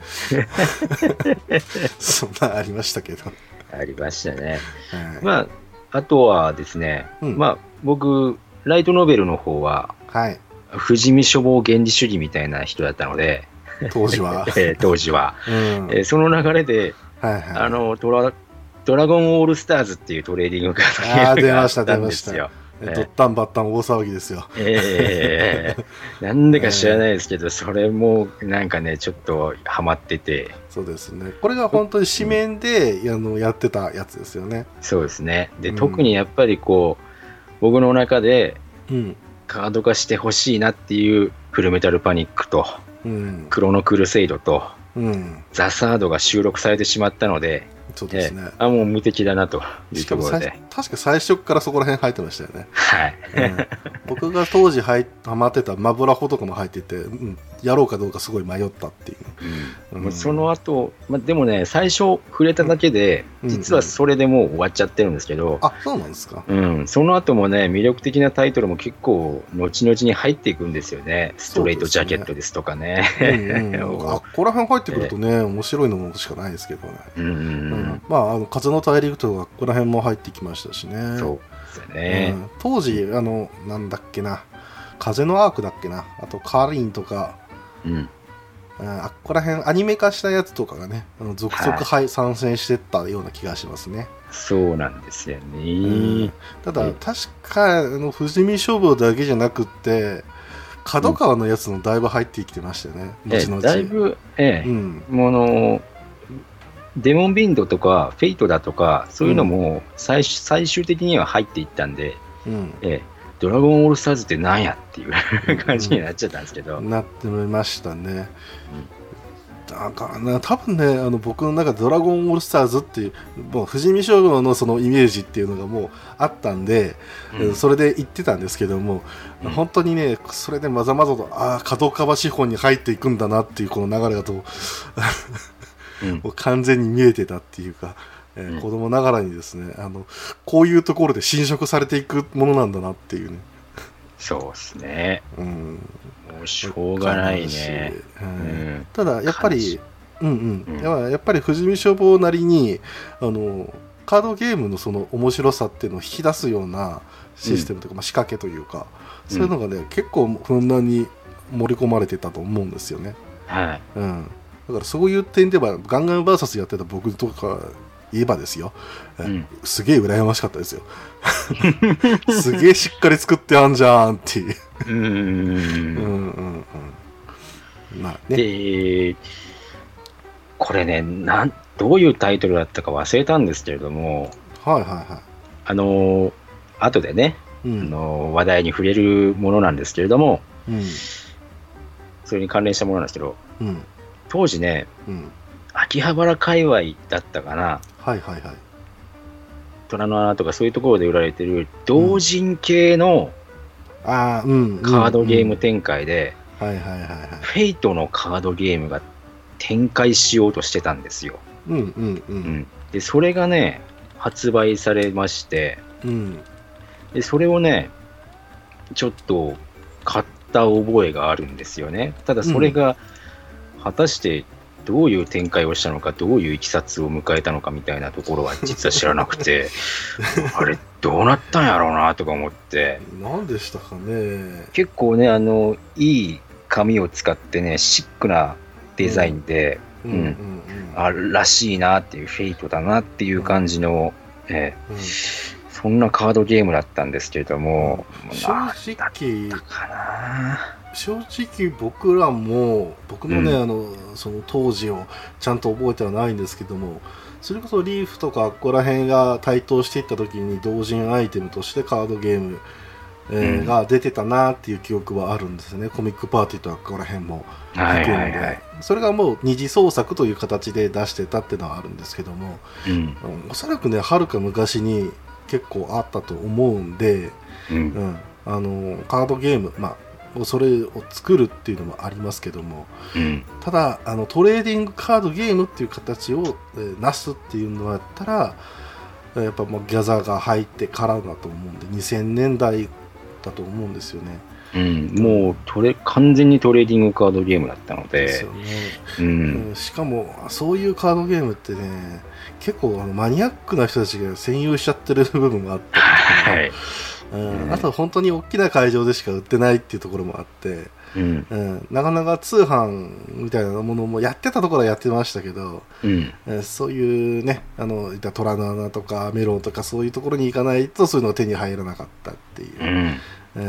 そんなありましたけど。 ありましたね、はい、まああとはですね、うん、まあ僕ライトノベルの方は、はい、不死身処方原理主義みたいな人だったので当時は、 えー、当時は、うんえー、その流れで、はいはい、あのドラドラゴンオールスターズっていうトレーディングカードがあったんですよ。 ドッタンバッタン大騒ぎですよ。 えー、なんでか知らないですけど、えー、それもなんかねちょっとハマってて。 そうですね。これが本当に紙面で、うん、あのやってたやつですよね。 そうですね。で、うん、特にやっぱりこう僕の中で、うんカード化してほしいなっていうフルメタルパニックと、うん、クロノクルセイドと、うん、ザ・サードが収録されてしまったので、 そうですね、 えあもう無敵だなというところで、 確か最初からそこら辺入ってましたよね。 はい、 うん、僕が当時ハマってたマブラホとかも入ってて、うん、やろうかどうかすごい迷ったっていう、 うんうん、その後、まあでもね最初触れただけで、うん、実はそれでもう終わっちゃってるんですけど、うん、 あそうなんですか、 うん、その後もね魅力的なタイトルも結構後々に入っていくんですよね。ストレートジャケットですとかね、 うんうん、あここら辺入ってくるとね、えー、面白いのしかないですけどね、うんうんうんまあ、あの風の大陸とかここら辺も入ってきましたしね。 そうですよね、うん、 当時あのなんだっけな風のアークだっけなあとカーリンとか、うん、あここら辺アニメ化したやつとかがねあの続々、はい、参戦してったような気がしますね。 そうなんですよね、 うん、ただ、うん、確かあの不死身処方だけじゃなくって角川のやつもだいぶ入ってきてましたよね、 うん、後々だいぶええ、うん、もうのデモンビンドとかフェイトだとかそういうのも 最,、うん、最終的には入っていったんで、うんええ、ドラゴンオールスターズってなんやっていう感じになっちゃったんですけど、 うん、なってましたね、うん、だからね多分ねあの僕の中でドラゴンオールスターズっていうもう不死身将軍のそのイメージっていうのがもうあったんで、うん、それで言ってたんですけども、うん、本当にねそれでまざまざとああ角川資本に入っていくんだなっていうこの流れだとうん、もう完全に見えてたっていうか、えーうん、子供ながらにですねあのこういうところで侵食されていくものなんだなっていうね。 そうですね、うん、もうしょうがないね、 うんうん、ただやっぱりうんうん、うん、やっぱり不死身消防なりにあのカードゲームのその面白さっていうのを引き出すようなシステムというか、うんまあ、仕掛けというかそういうのがね、うん、結構ふんだんに盛り込まれてたと思うんですよね。 はい、 うんだからそういう点ではガンガンバーサスやってた僕とか言えばですよ、うん、すげえ羨ましかったですよすげえしっかり作ってあんじゃんっていううんうんうんまあねでこれねなんどういうタイトルだったか忘れたんですけれどもはいはいはいあの後でね、うん、あの話題に触れるものなんですけれども、うん、それに関連したものなんですけど、うん当時ね、うん、秋葉原界隈だったかな、 はいはいはい、 虎の穴とかそういうところで売られてる同人系のカードゲーム展開でフェイトのカードゲームが展開しようとしてたんですよ、うんうんうんうん、でそれがね発売されまして、うん、でそれをねちょっと買った覚えがあるんですよね。ただそれが、うん果たしてどういう展開をしたのかどういういきさつを迎えたのかみたいなところは実は知らなくてあれどうなったんやろうなとか思って何でしたかね。 結構ねあのいい紙を使ってねシックなデザインで、うんうんうんうん、あらしいなっていうフェイトだなっていう感じの、うんえーうん、そんなカードゲームだったんですけれども、 うん、正直かな正直僕らも僕もね、うん、あのその当時をちゃんと覚えてはないんですけども、それこそリーフとかここら辺が台頭していった時に同人アイテムとしてカードゲーム、えーうん、が出てたなっていう記憶はあるんですね。コミックパーティーとかここら辺も含んで、はいはいはい、それがもう二次創作という形で出してたっていうのはあるんですけども、うん、おそらくねはるか昔に結構あったと思うんで、うんうん、あのカードゲーム、まあ、それを作るっていうのもありますけども、うん、ただあのトレーディングカードゲームっていう形を、えー、なすっていうのだったらやっぱもうギャザーが入ってからだと思うんでにせんねんだいだと思うんですよね。 うん、もうトレ完全にトレーディングカードゲームだったので、 ですよね、うんうん、しかもそういうカードゲームってね結構あのマニアックな人たちが占有しちゃってる部分があったりとか、はいうんうん、あとは本当に大きな会場でしか売ってないっていうところもあって、うんうん、なかなか通販みたいなものもやってたところはやってましたけど、うんえー、そういうねあの虎の穴とかメロンとかそういうところに行かないとそういうのが手に入らなかったっていう、うんうん、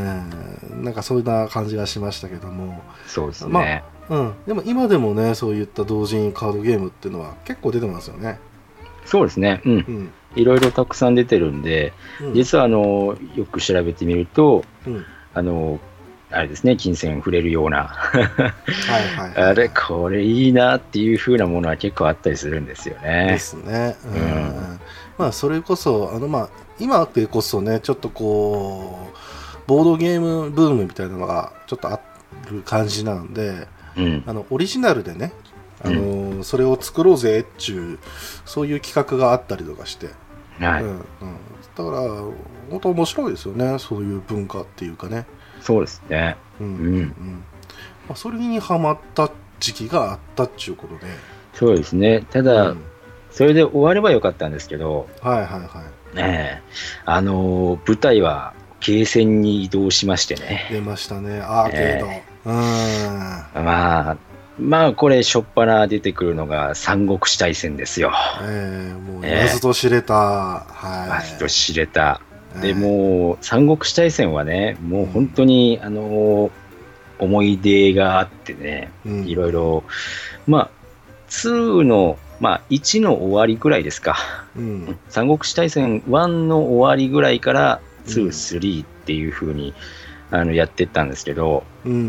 なんかそういうな感じがしましたけども、 そうですね、 まあうん、でも今でもねそういった同人カードゲームっていうのは結構出てますよね。 そうですね、うん、うん、いろいろたくさん出てるんで、うん、実はあのよく調べてみると、うん、あのあれですね金銭触れるようなはいはい、はい、あれこれいいなっていう風なものは結構あったりするんですよね。 ですね、うんうん、まあそれこそあのまあ今でこそねちょっとこうボードゲームブームみたいなのがちょっとある感じなんで、うん、あのオリジナルでねあの、うん、それを作ろうぜっていうそういう企画があったりとかして、はいうんうん、だから本当面白いですよねそういう文化っていうかね。 そうですね、うんうんうんまあ、それにハマった時期があったっていうことで。 そうですねただ、うん、それで終わればよかったんですけど、 はいはいはいね、あの舞台はゲーセンに移動しましてね。 出ましたねアーケード、えー、うんまあまあこれ初っ端出てくるのが三国志大戦ですよ。 えー、もう言わずと知れた、えー、はい、言わずと知れた。でもう三国志大戦はねもう本当に、うん、あの思い出があってね、うん、いろいろまあにのまあいちの終わりぐらいですか、うん、三国志大戦いちの終わりぐらいからに、さんっていう風にあのやってったんですけど、うんうんうん、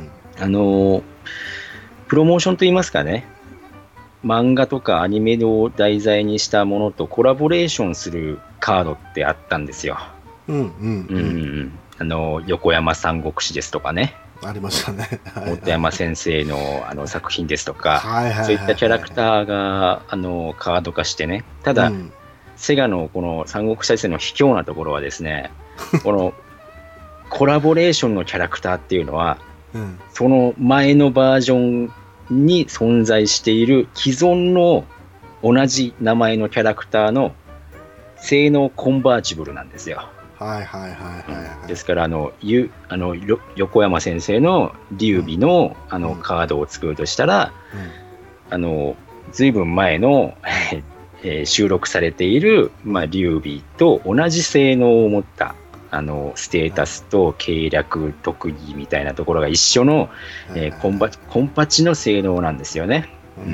あのプロモーションといいますかね漫画とかアニメを題材にしたものとコラボレーションするカードってあったんですよ。うんうんうんうん、あの横山三国志ですとかねありましたね本山先生 の, あの作品ですとかそういったキャラクターがあのカード化してねただ、うん、セガのこの三国志大戦の卑怯なところはですねこのコラボレーションのキャラクターっていうのは、うん、その前のバージョンに存在している既存の同じ名前のキャラクターの性能コンバーチブルなんですよ。 はいはいはいはい、 はい、ですからあのゆあの横山先生の劉備の、うん、あのカードを作るとしたら、うん、あのずいぶん前の、えー、収録されている、まあ、劉備と同じ性能を持ったあのステータスと計略特技みたいなところが一緒の、えー、コンパチ、コンパチの性能なんですよね。うん、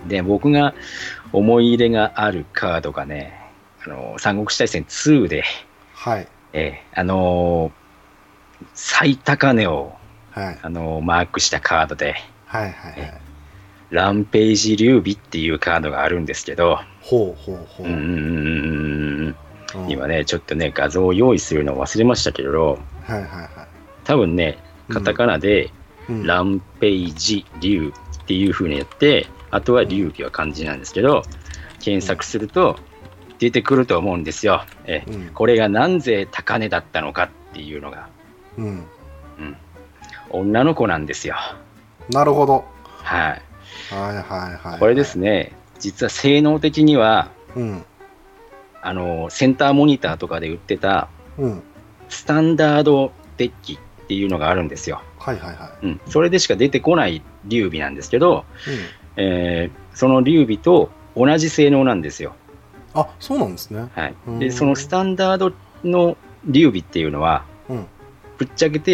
で僕が思い入れがあるカードがねあの三国志大戦にで、はいえー、あのー、最高値を、はいあのー、マークしたカードで、はいはいはい、ランページ劉備っていうカードがあるんですけどほうほうほう、うんうん今ねちょっとね画像を用意するのを忘れましたけど、はいはいはい、多分ねカタカナで、うん、ランページ劉っていう風にやってあとは劉備は漢字なんですけど検索すると出てくると思うんですよ。え、うん、これが何ぜ高値だったのかっていうのが、うんうん、女の子なんですよ。 なるほど、 はい、 はいはいはい。 これですね実は性能的には、うん、あのセンターモニターとかで売ってた、うん、スタンダードデッキっていうのがあるんですよ。はいはいはい。うん、それでしか出てこない劉備なんですけど、うんえー、その劉備と同じ性能なんですよ。 あ、そうなんですね。 はい。で、そのスタンダードの劉備っていうのは、うん、ぶっちゃけて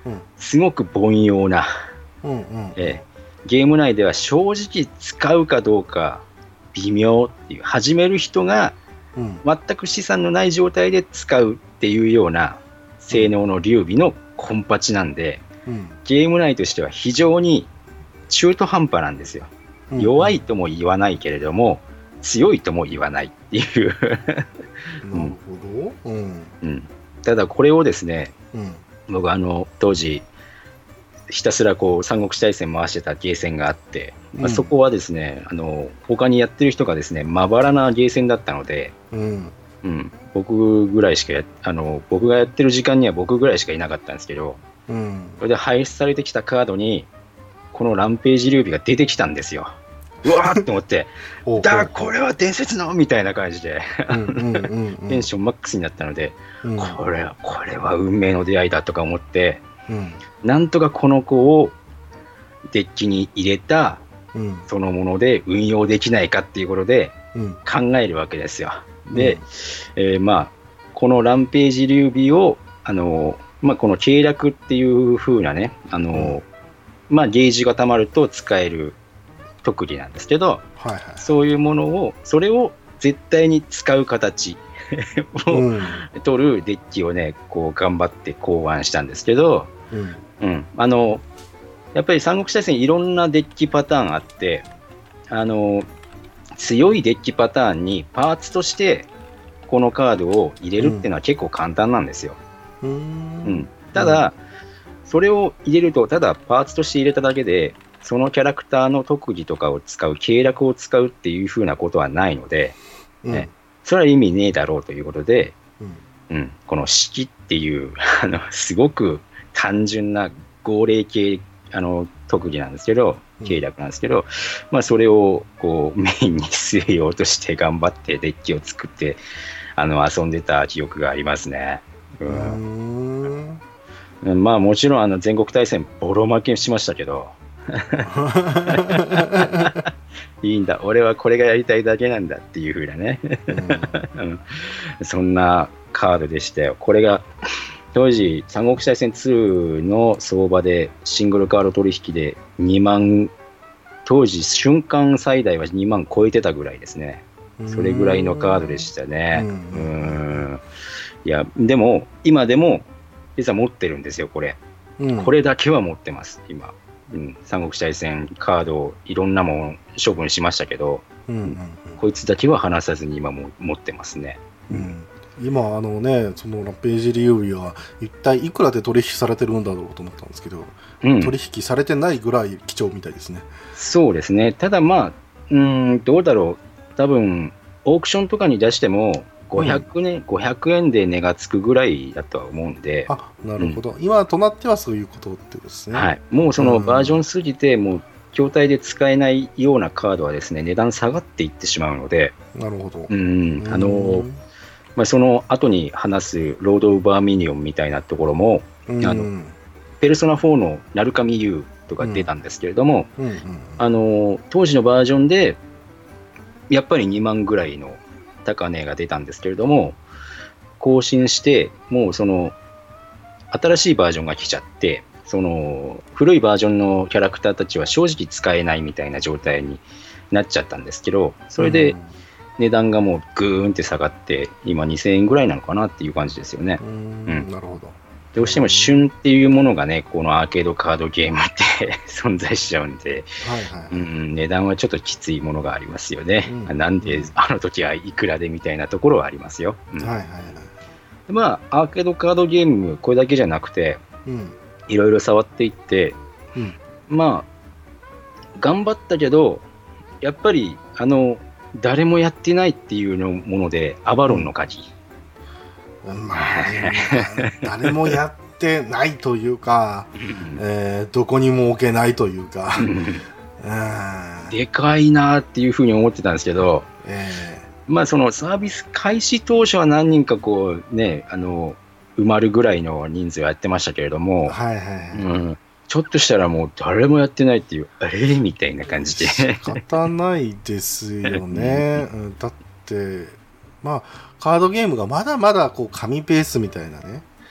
すごく凡庸な、うんうんえー、ゲーム内では正直使うかどうか微妙っていう、始める人が全く資産のない状態で使うっていうような性能の劉備のコンパチなんで、うん、ゲーム内としては非常に中途半端なんですよ、うん、弱いとも言わないけれども強いとも言わないっていうなるほど、うんうん、ただこれをですね、うん、僕あの当時ひたすらこう三国志大戦回してたゲーセンがあって、うんまあ、そこはですねあの他にやってる人がですねまばらなゲーセンだったので、うんうん、僕ぐらいしかやあの僕がやってる時間には僕ぐらいしかいなかったんですけど、うん、それで排出されてきたカードにこのランページ劉備が出てきたんですよ。うわーって思ってだこれは伝説のみたいな感じでテンションマックスになったので、うん、これはこれは運命の出会いだとか思って、うん、なんとかこの子をデッキに入れたそのもので運用できないかっていうことで考えるわけですよ。うん、で、えー、まあこのランページ劉備をあの、まあ、この計略っていう風なねあの、うんまあ、ゲージがたまると使える特技なんですけど、はいはい、そういうものをそれを絶対に使う形を、うん、取るデッキをねこう頑張って考案したんですけど、うんうん、あのやっぱり三国志大戦いろんなデッキパターンあってあの強いデッキパターンにパーツとしてこのカードを入れるっていうのは結構簡単なんですよ、うんうん、ただ、うん、それを入れるとただパーツとして入れただけでそのキャラクターの特技とかを使う計略を使うっていう風なことはないので、うんね、それは意味ねえだろうということで、うんうん、この式っていうあのすごく単純な号令系あの特技なんですけど計略なんですけど、うんまあ、それをこうメインに据えようとして頑張ってデッキを作ってあの遊んでた記憶がありますね。うんうん、まあもちろんあの全国大戦ボロ負けしましたけどいいんだ俺はこれがやりたいだけなんだっていう風なね、うん、そんなカードでしたよ。これが当時三国志大戦ツーの相場でシングルカード取引でにまん当時瞬間最大はにまん超えてたぐらいですね。それぐらいのカードでしたね。うんうんいやでも今でも実は持ってるんですよこれ、うん、これだけは持ってます今、うん、三国志大戦カードをいろんなもの処分しましたけど、うんうんうん、こいつだけは離さずに今も持ってますね、うん、 今あのねそのランページ劉備は一体いくらで取引されてるんだろうと思ったんですけど、うん、取引されてないぐらい貴重みたいですね。 そうですね。ただまあうんどうだろう多分オークションとかに出してもごひゃくねん、うん、ごひゃくえんで値がつくぐらいだとは思うんで。 あなるほど、うん、今となってはそういうことってことですね。 はい、もうそのバージョン過ぎて、うん、もう筐体で使えないようなカードはですね値段下がっていってしまうので。 なるほど、 うんあのまあ、その後に話すロード・オブ・バーミニオンみたいなところも、うん、あのペルソナフォーのナルカミ U とか出たんですけれども、うんうんうん、あの当時のバージョンでやっぱりにまんぐらいの高値が出たんですけれども更新してもうその新しいバージョンが来ちゃってその古いバージョンのキャラクターたちは正直使えないみたいな状態になっちゃったんですけどそれで値段がもうグーンって下がって今にせんえんぐらいなのかなっていう感じですよね。うん、うん、なるほど。どうしても旬っていうものがねこのアーケードカードゲームって存在しちゃうんで、はいはいうん、値段はちょっときついものがありますよね、うん、なんであの時はいくらでみたいなところはありますよ、うんはいはいはい、まあアーケードカードゲームこれだけじゃなくて、うん、いろいろ触っていって、うん、まあ頑張ったけどやっぱりあの誰もやってないっていうのものでアバロンの鍵、うんまあ、誰もやってないというか、えー、どこにも置けないというかでかいなっていうふうに思ってたんですけど、えー、まあそのサービス開始当初は何人かこうねあの埋まるぐらいの人数をやってましたけれども、はいはいはいうん、ちょっとしたらもう誰もやってないっていうあれみたいな感じで仕方ないですよねだってまあカードゲームがまだまだこう紙ベースみたいなね、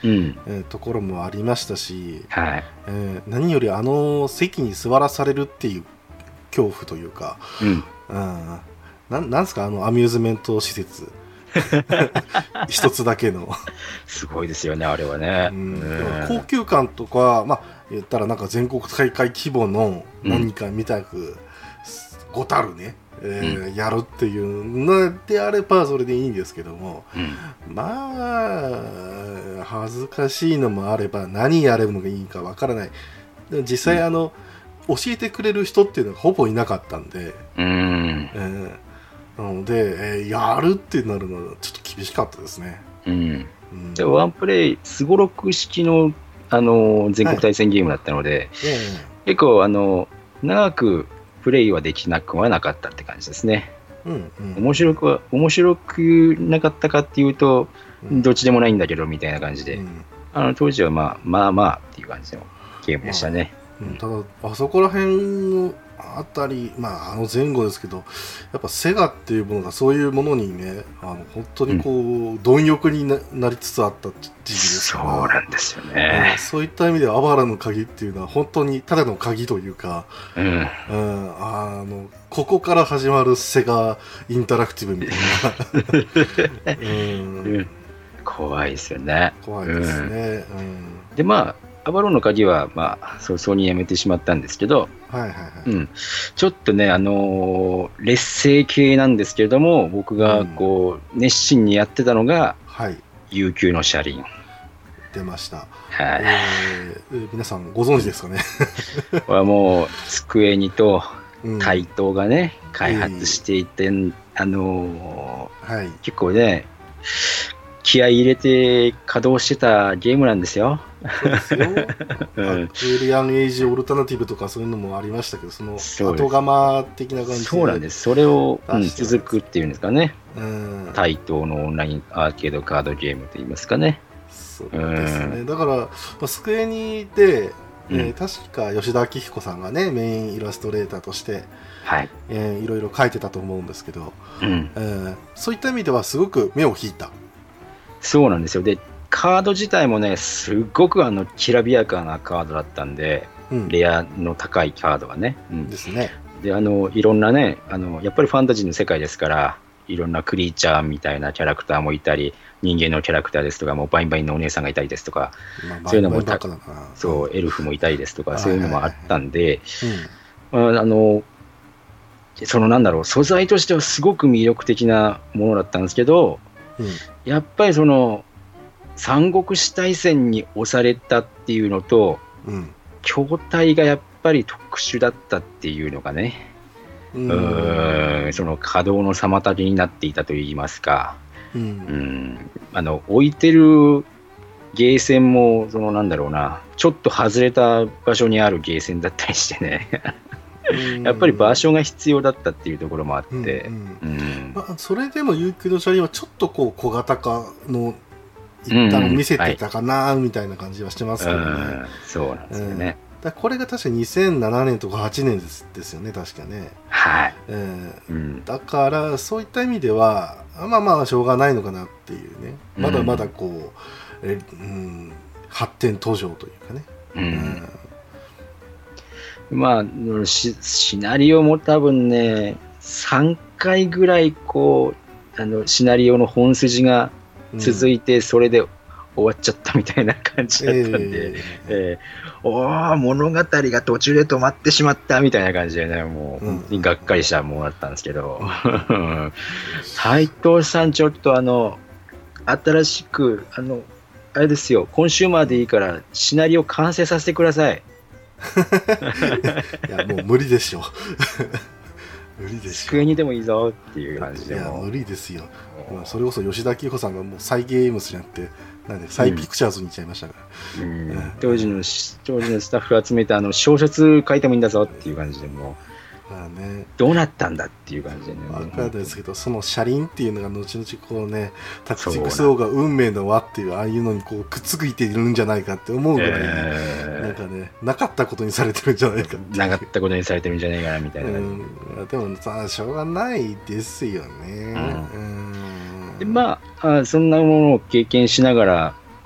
うんえー、ところもありましたし、 はいえー、何よりあの席に座らされるっていう恐怖というか、 うん、 うん、な, なんすかあのアミューズメント施設一つだけのすごいですよねあれはね、うん、 高級感とか、まあ、言ったらなんか全国大会規模の何かみたくごたるね、えーうん、やるっていうのであればそれでいいんですけども、 うん、 まあ恥ずかしいのもあれば何やれるのがいいかわからない。実際あの、うん、教えてくれる人っていうのがほぼいなかったんで、 うんえー、なので、えー、やるってなるのはちょっと厳しかったですね。 うんうん、でワンプレイすごろく式の、あのー、全国対戦ゲームだったので、はい、結構あの長くプレイはできなくはなかったって感じですね。 うんうん、 面白くは面白くなかったかっていうと、うん、どっちでもないんだけどみたいな感じで、うん、あの当時はまあまあまあっていう感じのゲームでしたね。 まあうん、ただあそこら辺のあたり、まあ、あの前後ですけどやっぱセガっていうものがそういうものにねあの本当にこう、うん、貪欲に な, なりつつあった時期ですから、 そうなんですよね、 そういった意味ではアバラの鍵っていうのは本当にただの鍵というか、 うんうん、あのここから始まるセガインタラクティブみたいな、うんうん、怖いですよね。 怖いですね、うんうん、でまあアバロンの鍵は、まあ、早々にやめてしまったんですけど、 はいはいはいうん、ちょっとね、あのー、劣勢系なんですけれども、僕がこう、うん、熱心にやってたのが、 はい、 悠久の車輪。 出ました。 はい、 えー、皆さんご存知ですかね。 これはもう、机にと、台東がね、うん、開発していて、えー、あのーはい、結構ね、気合い入れて稼働してたゲームなんですよ。 そうですよ。うん、エイリアンエイジオルタナティブとかそういうのもありましたけど、その後釜的な感じで。 そうなんです。それを、うん、続くっていうんですかね。 うん、 対等のオンラインアーケードカードゲームといいますかね。 そうですね。うん、だから、まあ、スクエニで、えーうん、確か吉田明彦さんがねメインイラストレーターとして、 はいえー、いろいろ描いてたと思うんですけど、 うんえー、そういった意味ではすごく目を引いた。 そうなんですよ。でカード自体もねすっごくあのきらびやかなカードだったんで、うん、レアの高いカードがね、うん、 ですね。 であのいろんなねあのやっぱりファンタジーの世界ですからいろんなクリーチャーみたいなキャラクターもいたり人間のキャラクターですとかもうバインバインのお姉さんがいたりですとか、まあ、そういうのもたそうエルフもいたりですとかそういうのもあったんで、あのそのなんだろう素材としてはすごく魅力的なものだったんですけど、うん、やっぱりその三国志大戦に押されたっていうのと、うん、筐体がやっぱり特殊だったっていうのがね、うん、うーんその稼働の妨げになっていたといいますか、うんうん、あの置いてるゲーセンもそのなんだろうなちょっと外れた場所にあるゲーセンだったりしてねやっぱり場所が必要だったっていうところもあって、うんうんうんまあ、それでも悠久の車輪はちょっとこう小型化の一旦見せてたかなみたいな感じはしてますけどね、うんはい、そうなんですよね、 うん、だこれが確かにせんななねんとかはちねんです、ですよね確かね、 はいえーうん、だからそういった意味ではまあまあしょうがないのかなっていうねまだまだこう、うんえうん、発展途上というかね、 うんうん、まあシ、シナリオも多分ねさんかいぐらいこうあのシナリオの本筋が続いてそれで終わっちゃったみたいな感じだったんで、うんえーえー、おー物語が途中で止まってしまったみたいな感じでねもう本当にがっかりしたものだったんですけど斉藤さんちょっとあの新しくあのあれですよコンシューマーでいいからシナリオ完成させてくださいいやもう無理でしょ無理ですよ机にでもいいぞっていう感じでもいや無理ですよそれこそ吉田明彦さんがもうサイゲームスじゃなくてなんでサイピクチャーズに行っちゃいましたから、 うんうん、当時の当時のスタッフを集めたあの小説書いてもいいんだぞっていう感じでもう、まあね、どうなったんだっていう感じでね分かるんですけどその車輪っていうのが後々こうねタクティクス王が運命の輪っていうああいうのにこうくっついているんじゃないかって思うぐらい、えー、なんかねなかったことにされてるんじゃないかってなかったことにされてるんじゃないかなみたいな、うん、 でもさしょうがないですよね、 うんうん、でまあ、あそんなものを経験しながら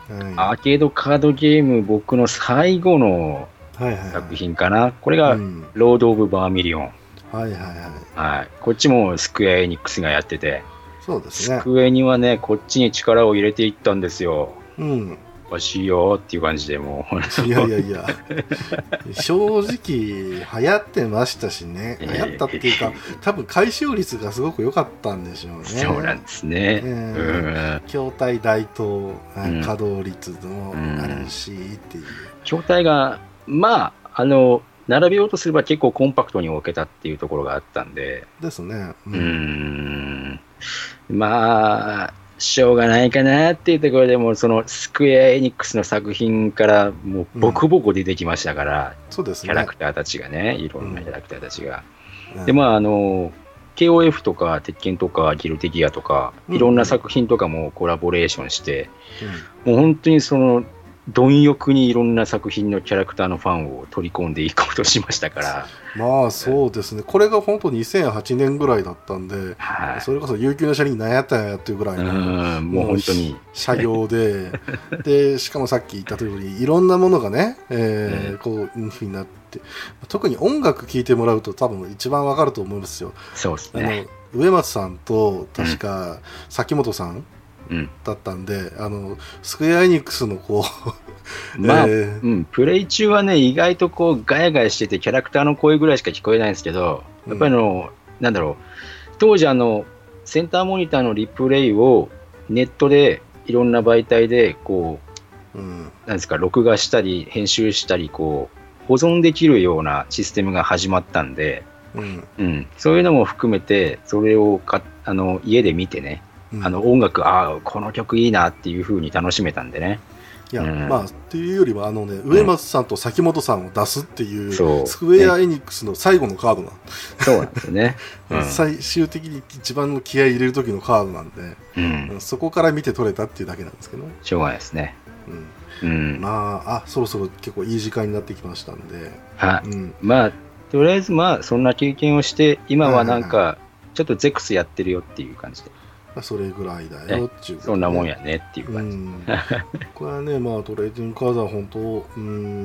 はい、アーケードカードゲーム僕の最後の作品かな、はいはいはい、これが、うん、ロード・オブ・バーミリオン、 はいはいはいはい、こっちもスクエア・エニックスがやってて、 そうですね、 スクエニはねこっちに力を入れていったんですよ、 うん、 欲しいよっていう感じで、もういやいやいや正直流行ってましたしね、流行ったっていうか多分回収率がすごく良かったんでしょうね。 そうなんですね、 えー、筐体大と稼働率もあるしっていう、 筐体がまああの並べようとすれば結構コンパクトに置けたっていうところがあったんでですね、 うん、うーんまあしょうがないかなっていうところでも、そのスクエア・エニックスの作品からもうボコボコ出てきましたから、 うん、そうですね、 キャラクターたちがね、いろんなキャラクターたちが、うん、でまああの ケーオーエフ とか鉄拳とかギルティギアとか、うん、いろんな作品とかもコラボレーションして、うん、もう本当にその貪欲にいろんな作品のキャラクターのファンを取り込んでいこうとしましたから。 まあそうですね、これが本当にせんはちねんぐらいだったんで、はい、それこそ悠久の車輪何やったんやっていうぐらいのもう本当に車両ででしかもさっき言った通りいろんなものがね、えーうん、こういうふうになって、特に音楽聴いてもらうと多分一番わかると思うんですよ。 そうですね、 あの植松さんと確か崎本さん、うん、だったんで、あのスクエア・エニックスのこうまあ、えーうん、プレイ中はね意外とこうガヤガヤしててキャラクターの声ぐらいしか聞こえないんですけど、やっぱりの、うん、なんだろう、当時あのセンターモニターのリプレイをネットでいろんな媒体でこう、うん、なんですか録画したり編集したりこう保存できるようなシステムが始まったんで、うんうん、そういうのも含めてそれをかあの家で見てね、うん、あの音楽、ああこの曲いいなっていう風に楽しめたんでね。 いや、うん、まあっていうよりはあのね、植松さんと崎本さんを出すっていう、うん、スクエア・エニックスの最後のカードなん、 そうなんですね、 うん、最終的に一番の気合い入れる時のカードなんで、うん、そこから見て取れたっていうだけなんですけど、 しょうがないですね、 うんうん、まああそろそろ結構いい時間になってきましたんで、 はい、うん、まあとりあえずまあそんな経験をして今はなんかちょっとゼックスやってるよっていう感じで、 それぐらいだよっていう、ね、 そんなもんやねっていう感じ、うん、 これはね、まあトレーディングカードは本当、うん、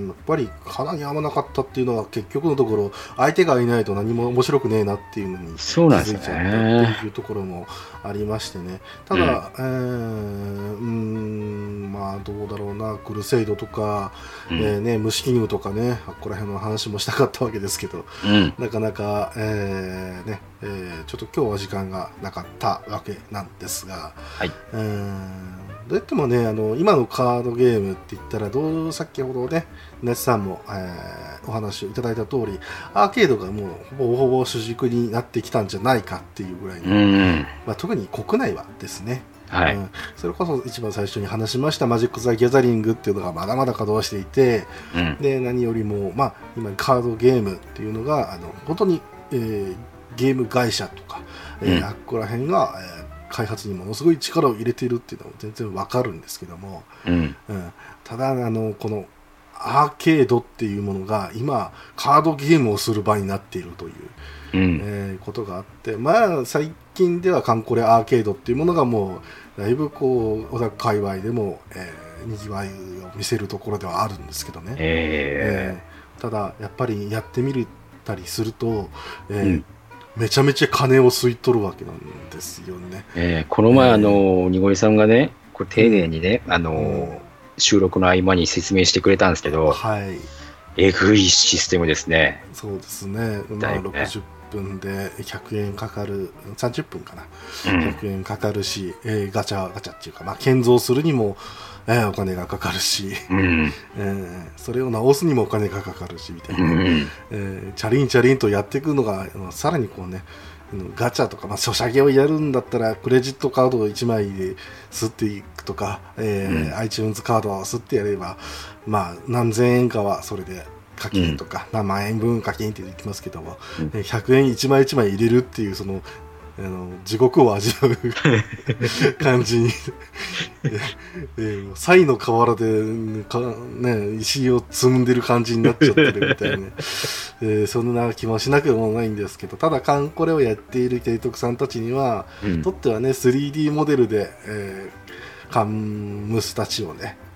やっぱり肌に合わなかったっていうのは結局のところ相手がいないと何も面白くねえなっていうのに気づいちゃったっていうところもありましてね。ただ、うん、えー、うんまあどうだろうな、クルセイドとか、うん、えーね、虫キングとかね、ここら辺の話もしたかったわけですけど、うん、なかなか、えーねえー、ちょっと今日は時間がなかったわけなんですが、はい、うーんどうやってもね、あの今のカードゲームって言ったらどう先ほどねネツさんも、えー、お話をいただいた通りアーケードがもうほぼほぼ主軸になってきたんじゃないかっていうぐらいの、うんまあ、特に国内はですね、はいうん、それこそ一番最初に話しましたマジック・ザ・ギャザリングっていうのがまだまだ稼働していて、うん、で何よりも、まあ、今カードゲームっていうのがあの本当に、えー、ゲーム会社とか、うんえー、あっこら辺が、えー、開発にものすごい力を入れているっていうのも全然わかるんですけども、うんうん、ただあのこのアーケードっていうものが今カードゲームをする場になっているという、うんえー、ことがあって、まあ最近ではカンコレアーケードっていうものがもうだいぶこうオタク界隈でも、えー、にぎわいを見せるところではあるんですけどね、えーえー、ただやっぱりやってみたりすると、えーうんめちゃめちゃ金を吸い取るわけなんですよね。 えー、この前、えー、あのにごりさんがねこう丁寧にね、うん、あの、うん、収録の合間に説明してくれたんですけど、はい、えぐいシステムですね。 そうですね、まあ、ろくじゅっぷんでひゃくえんかかるさんじゅっぷんかな、うん、ひゃくえんかかるし、えー、ガチャガチャっていうか、まあ、建造するにもえー、お金がかかるし、うんえー、それを直すにもお金がかかるしみたいな、うんえー、チャリンチャリンとやっていくのがさらにこうねガチャとか、まあ、ソシャゲをやるんだったらクレジットカードをいちまいで吸っていくとか、えーうん、iTunes カードを吸ってやれば、まあ、何千円かはそれで課金とか、うん、何万円分課金って言ってますけども、うん、ひゃくえんいちまいいちまい入れるっていうそのあの地獄を味わう感じにえー、サイの河原でか、ね、石を積んでる感じになっちゃってるみたいな、ねえー、そんな気もしなくもないんですけど、ただカンコレをやっている提督さんたちには、うん、とってはね スリーディー モデルで、えー、カンムスたちをね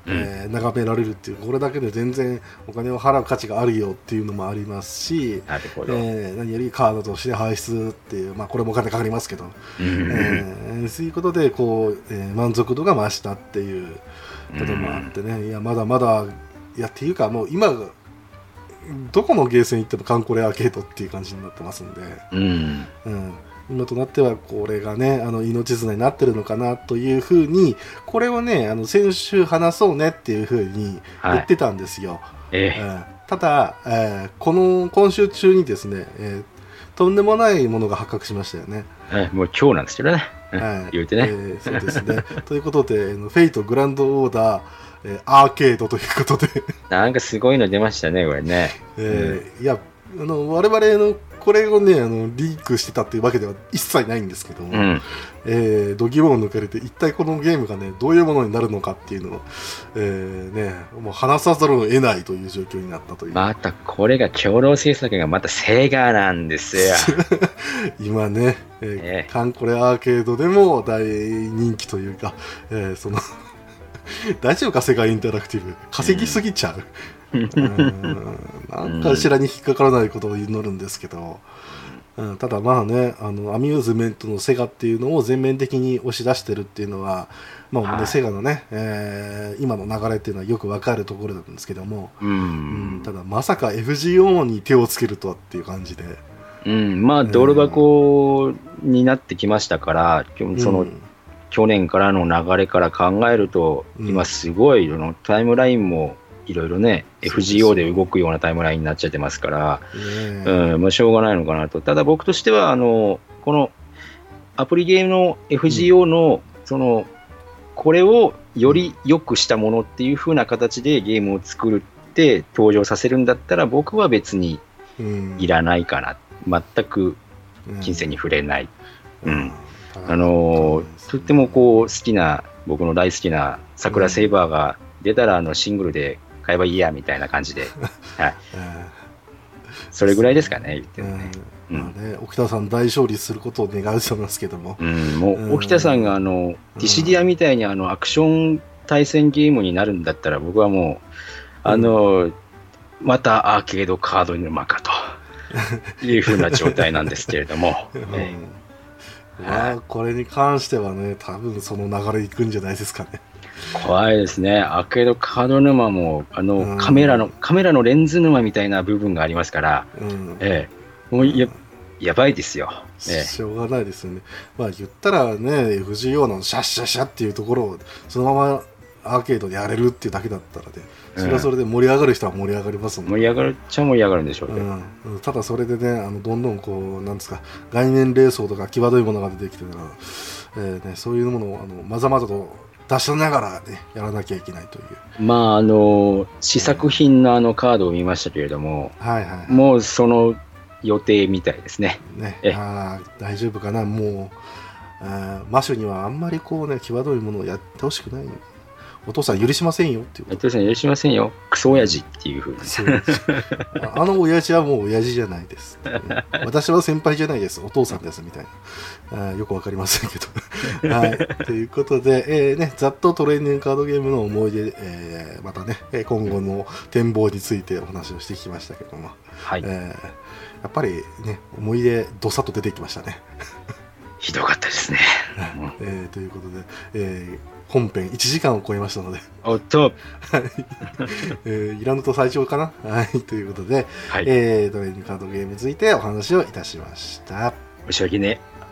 うん、えー、眺められるっていう、これだけで全然お金を払う価値があるよっていうのもありますし、 なるほど、 えー、何よりカードとして排出っていう、まあ、これもお金かかりますけど、うん、えー、そういうことでこう、えー、満足度が増したっていうこともあってね、うん、いやまだまだ、いやっていうかもう今どこのゲーセン行ってもカンコレアーケードっていう感じになってますんで、うんうん、今となってはこれがねあの命綱になってるのかなというふうに、これをねあの先週話そうねっていうふうに言ってたんですよ、はい、えー、ただ、えー、この今週中にですね、えー、とんでもないものが発覚しましたよね、 はい、もう今日なんですけどね、はい、言うてね、えー、そうですねということでフェイトグランドオーダーアーケードということでなんかすごいの出ましたねこれね、 えーうん、いやあの我々のこれをねあのリークしてたっていうわけでは一切ないんですけども、うん、えー、度肝を抜かれて一体このゲームがねどういうものになるのかっていうのを、えーね、もう話さざるを得ないという状況になったという。 またこれが共同制作がまたセガなんですよ今ね、えーえー、カンコレアーケードでも大人気というか、えー、その大丈夫かセガインタラクティブ稼ぎすぎちゃう、うん、うんなんかしらに引っかからないことを祈るんですけど、うん、ただまあねあのアミューズメントのセガっていうのを全面的に押し出してるっていうのは、まあねはい、セガのね、えー、今の流れっていうのはよくわかるところなんですけども、うんうん、ただまさか エフジーオー に手をつけるとはっていう感じで、 うん、まあドル箱になってきましたから、その、うん去年からの流れから考えると、うん、今すごいのタイムラインもいろいろね エフジーオー で動くようなタイムラインになっちゃってますから、うんまあ、しょうがないのかなと。ただ僕としてはあのこのアプリゲームの エフジーオー の、うん、そのこれをより良くしたものっていう風な形でゲームを作るって登場させるんだったら僕は別にいらないかな、うん、全く金銭に触れない、うんうんあのー、とってもこう好きな僕の大好きな桜セイバーが出たらあのシングルで買えばいいやみたいな感じで、はい、それぐらいですかね言ってもね、 うんまあね、沖田さん大勝利することを願うと思いますけども、 うん、もう沖田さんがあのディシディアみたいにあのアクション対戦ゲームになるんだったら僕はもうあの、うん、またアーケードカード沼かというふうな状態なんですけれども、うんえーまあ、これに関してはね多分その流れいくんじゃないですかね。 怖いですね。アーケードカード沼もあの、うん、カメラのカメラのレンズ沼みたいな部分がありますから、うんええ、もう や, やばいですよ、 ええ、しょうがないですよね。まあ言ったらね エフジーオー のシャッシャッシャッっていうところをそのままアーケードでやれるっていうだけだったらねそれはそれで盛り上がる人は盛り上がりますもんね、 盛り上がるっちゃ盛り上がるんでしょうね、 うん、ただそれでねあのどんどんこうなんですか概念連想とか際どいものが出てきてたら、えーね、そういうものをあのまざまざと出しながら、ね、やらなきゃいけないという。 まああの試作品のあのカードを見ましたけれども、はいはいはい、もうその予定みたいですね。 ねあ大丈夫かなもうあマシュにはあんまりこうね際どいものをやってほしくない。お父さん許しませんよっていう。 お父さん許しませんよ。クソ親父っていう風に。 あの親父はもう親父じゃないです。私は先輩じゃないです。お父さんですみたいな。あよくわかりませんけど。はい。ということで、えー、ね、ざっとトレーニングカードゲームの思い出、えー、またね、今後の展望についてお話をしてきましたけども。はい。えー、やっぱりね、思い出どさっと出てきましたね。 ひどかったですね。 えー、ということで、えー本編いちじかんを超えましたのでおっと、 えー、いらぬと最長かな、はい、ということで、はいえー、トレーニングカードゲームについてお話をいたしました。 申し訳ねえ。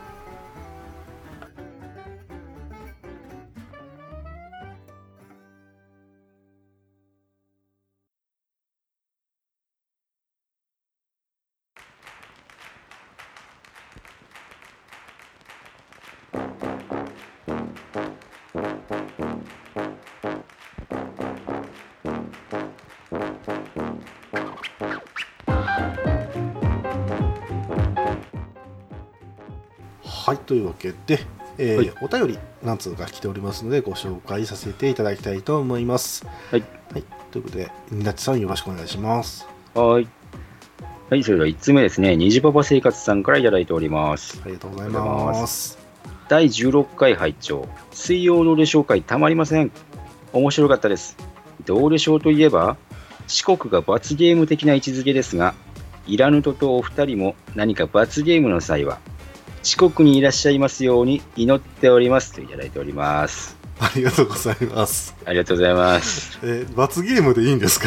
はい、というわけで、えーはい、お便り何通か来ておりますのでご紹介させていただきたいと思います。はい、はい、ということでニナッチさんよろしくお願いします。 はい、はい、それではいっつめですね、にじパパ生活さんからいただいております。 ありがとうございます。 だいじゅうろっかい拝聴、水曜どうでしょうかいたまりません。 面白かったです。どうでしょうといえば、四国が罰ゲーム的な位置づけですが、イラヌトとお二人も何か罰ゲームの際は、四国にいらっしゃいますように祈っておりますといただいております。 ありがとうございます。 ありがとうございます。 えー、罰ゲームでいいんですか？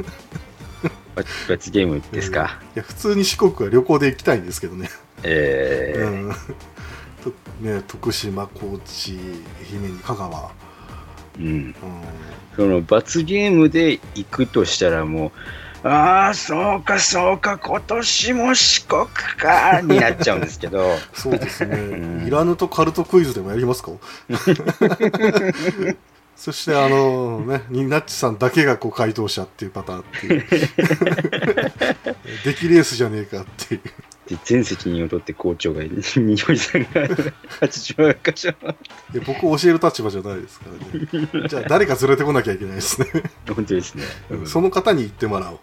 罰ゲームですか？ えー、いや普通に四国は旅行で行きたいんですけどね。 えーうんね、徳島、高知、愛媛に香川、 うん、うん、その罰ゲームで行くとしたらもう、ああそうかそうか今年も四国かになっちゃうんですけどそうですね、うん、イラヌとカルトクイズでもやりますか？そしてあのね、ニナッチさんだけがこう回答者っていうパターンっていう出来レースじゃねえかっていうで全責任を取って校長がにひょりさんがはちじゅうまんかしら僕教える立場じゃないですからね。じゃあ誰か連れてこなきゃいけないですね。 本当ですね、 うん、その方に言ってもらおう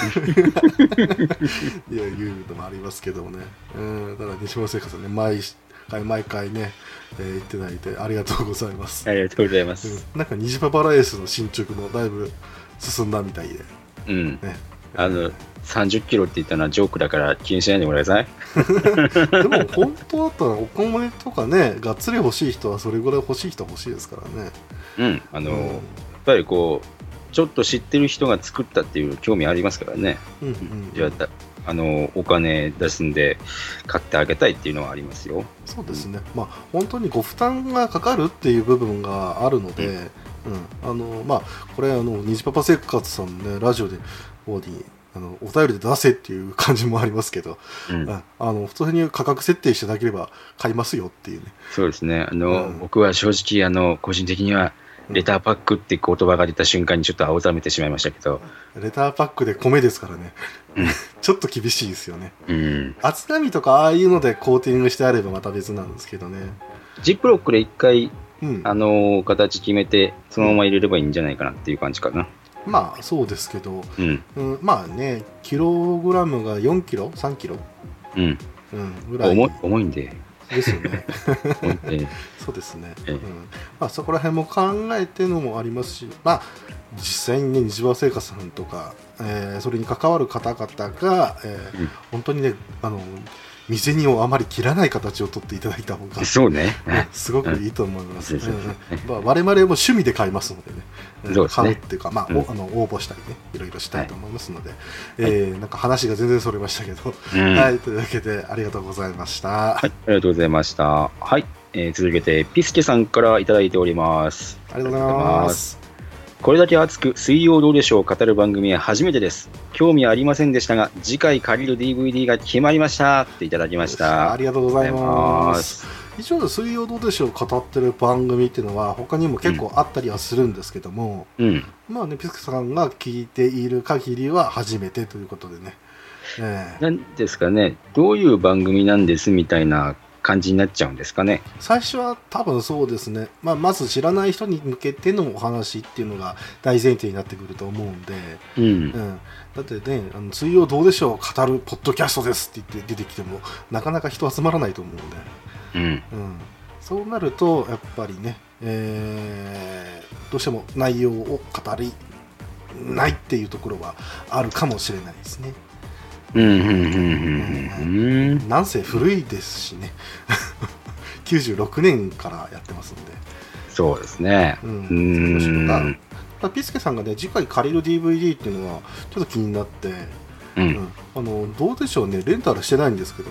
いやいうのもありますけどもね、うん、だから西村聖華さんね、毎回毎回ね、えー、言っていただいてありがとうございます。 ありがとうございます、 うん、なんか虹パパラエースの進捗もだいぶ進んだみたいで、 うんね、あのさんじゅっキロって言ったのはジョークだから気にしないでくださいでも本当だったらお米とかねがっつり欲しい人はそれぐらい欲しい人は欲しいですからね。 うんあの、うん、やっぱりこうちょっと知ってる人が作ったっていう興味ありますからね、うんうんうん、じゃああのお金出すんで買ってあげたいっていうのはありますよ。 そうですね、まあ本当にご負担がかかるっていう部分があるので、うんうん、あのまあこれあの虹パパ生活さんねラジオで方にあのお便りで出せっていう感じもありますけど、うん、あの普通に価格設定していただければ買いますよっていうね。 そうですね、あの、うん、僕は正直あの個人的にはレターパックって言葉が出た瞬間にちょっと青ざめてしまいましたけど、 レターパックで米ですからね、うん、ちょっと厳しいですよね、うん、厚紙とかああいうのでコーティングしてあればまた別なんですけどね。 ジップロックで一回、うん、あの形決めてそのまま入れればいいんじゃないかなっていう感じかな。 まあそうですけど、うんうん、まあねキログラムがよんキロさんキロ、うんうん、ぐらい重い、重いんでですよねそうですね、うんまあ、そこら辺も考えてのもありますし、まあ実際にね虹パパ生活さんとか、えー、それに関わる方々が、えーうん、本当にねあの未銭をあまり切らない形を取っていただいた方がそうね、 すごくいいと思います。うんうんまあ、我々も趣味で買いますのでね、そうですね買うっていうか、まあうん、あの応募したりねいろいろしたいと思いますので、はいえー、なんか話が全然それましたけど、うん、はいというわけでありがとうございました。はい、 ありがとうございました。はい、えー、続けてピスケさんからいただいております。 ありがとうございます。 これだけ熱く水曜どうでしょう語る番組は初めてです。興味ありませんでしたが次回借りる ディーブイディー が決まりましたっていただきました。 ありがとうございます。一応水曜どうでしょう語ってる番組っていうのは他にも結構あったりはするんですけども、うん、まあねピスケさんが聞いている限りは初めてということでね、 えー、なんですかねどういう番組なんですみたいな感じになっちゃうんですかね。 最初は多分そうですね、まあ、まず知らない人に向けてのお話っていうのが大前提になってくると思うんで、うんうん、だってねあの水曜どうでしょう語るポッドキャストですって言って出てきてもなかなか人集まらないと思うんで、うんうん、そうなるとやっぱりね、えー、どうしても内容を語りないっていうところはあるかもしれないですね。なんせ古いですしねきゅうじゅうろくねんからやってますんで。 そうですね、うん、うんピスケさんがね次回借りる ディーブイディー っていうのはちょっと気になって、うんうん、あのどうでしょうねレンタルしてないんですけどね。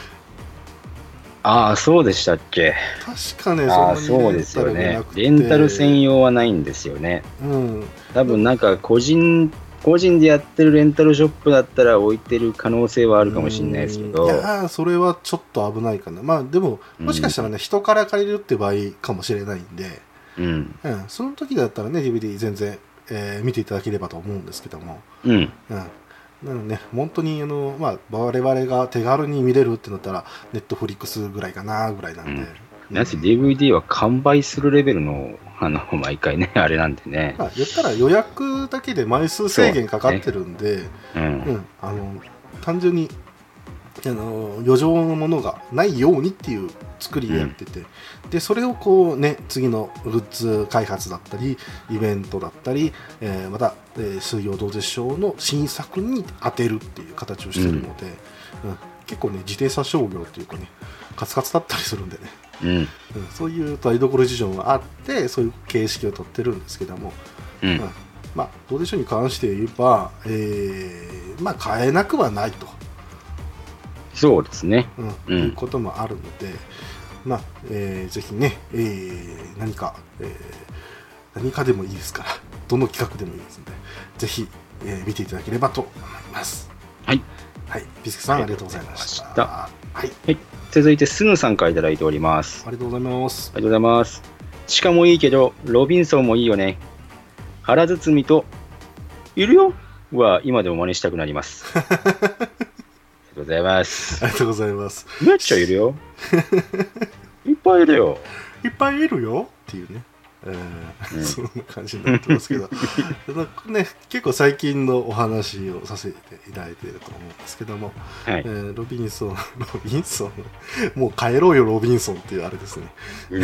ああそうでしたっけ。 確かねあそうですよねレンタル専用はないんですよね、うん、多分なんか個人個人でやってるレンタルショップだったら置いてる可能性はあるかもしれないですけど、 いやそれはちょっと危ないかな。まあでももしかしたらね、うん、人から借りるって場合かもしれないんで、うんうん、その時だったらね ディーブイディー 全然、えー、見ていただければと思うんですけども、うんうん、なのでね本当にあの、まあ、我々が手軽に見れるってなったらネットフリックスぐらいかなぐらいなんで、うんなんせ ディーブイディー は完売するレベルの、あの毎回ねあれなんでね、 まあ、言ったら予約だけで枚数制限かかってるんで、う、ねうんうん、あの単純にあの余剰のものがないようにっていう作りでやってて、うん、でそれをこうね次のグッズ開発だったりイベントだったり、えー、また、えー、水曜どうでしょうの新作に当てるっていう形をしてるので、うんうん、結構ね自転車商業っていうかねカツカツだったりするんでね、うんうん、そういう台所事情があってそういう形式を取ってるんですけども、うんうん、まあどうでしょうに関して言えば、えー、まあ買えなくはないと。 そうですね、 うん、いうこともあるので、まあえー、ぜひね、えー、何か、えー、何かでもいいですからどの企画でもいいですのでぜひ、えー、見ていただければと思います。 はい、 はい、ビスケさんありがとうございました。 はい、はい、続いてスヌさんからいただいております。 ありがとうございます。 ありがとうございます。地下もいいけどロビンソンもいいよね。腹包みといるよは今でも真似したくなりますありがとうございます。 ありがとうございます。 めっちゃいるよ。いっぱいいるよ。 いっぱいいるよっていうね、えーうん、そんな感じになってますけどね、結構最近のお話をさせていただいていると思うんですけども、はい、えー、ロビンソン、ロビンソン、もう帰ろうよロビンソンっていうあれですね。うん、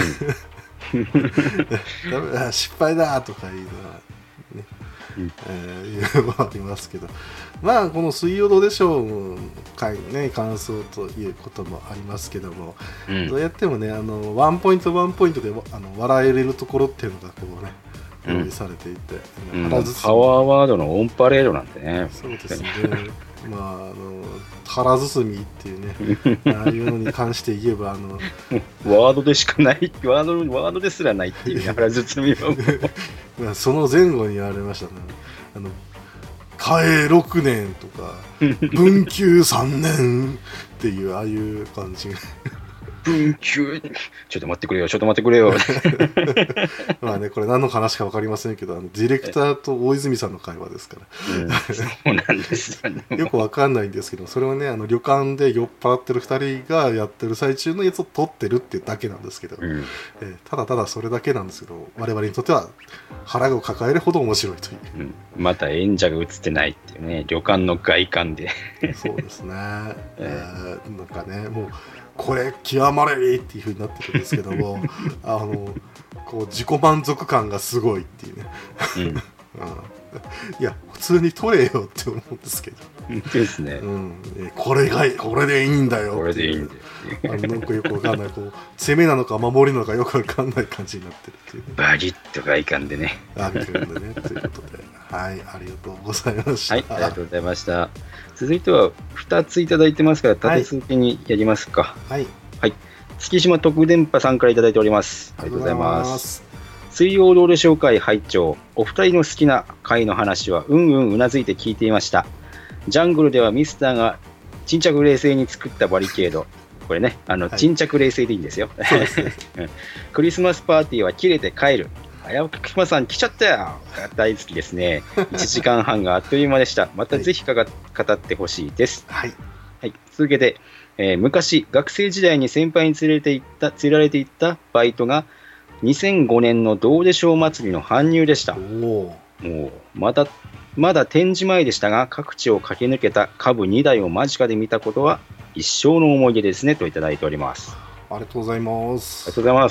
ダメだ失敗だとかいうのはね。うんえー、いうのもありますけど、まあこの水曜どうでしょう回のね感想ということもありますけども、うん、どうやってもねあのワンポイントワンポイントであの笑えれるところっていうのがこうね用意されていて、 うん、パワーワードのオンパレードなんてね。 そうですね。まああの腹包みっていうねああいうのに関して言えばあのワードでしかないワードワードですらないっていう、ね、腹包みはその前後にありましたね。あの嘉永ろくねんとか文久さんねんっていうああいう感じが文久ちょっと待ってくれよちょっと待ってくれよまあねこれ何の話か分かりませんけどあのディレクターと大泉さんの会話ですから、 うん、そうなんですよねよく分かんないんですけどそれはねあの旅館で酔っ払ってるふたりがやってる最中のやつを撮ってるっていうだけなんですけど、うん、えー、ただただそれだけなんですけど我々にとっては腹を抱えるほど面白いという、 うん、また演者が映ってないっていうね旅館の外観でそうですね、えー、なんかねもうこれ極まれりっていう風になってるんですけどもあのこう自己満足感がすごいっていうね、うんうん、いや普通に撮れよって思うんですけどですね、 うん、これがこれでいいんだよこれでいいんだよあのなんかよくわかんないこう攻めなのか守りなのかよくわかんない感じになってるっていう、ね、 バリッと外観でねあ外観でねということではいありがとうございました。 はいありがとうございました。続いてはふたついただいてますから立て続けにやりますか。はい、はい、月島特電波さんからいただいております。ありがとうございます。水曜どうでしょう会拝聴お二人の好きな回の話はうんうんうなずいて聞いていました。ジャングルではミスターが沈着冷静に作ったバリケードこれねあの、はい、沈着冷静でいいんですよクリスマスパーティーは切れて帰る早岡熊さん来ちゃったよ大好きですねいちじかんはんがあっという間でした。またぜひかが、はい、語ってほしいです。はい、はい、続けて、えー、昔学生時代に先輩に連れて行った連れられて行ったバイトがにせんごねんのどうでしょう祭りの搬入でした。おもうまたまだ展示前でしたが各地を駆け抜けたカブにだいを間近で見たことは一生の思い出ですねといただいております。 ありがとうございます。 ありがとうございます。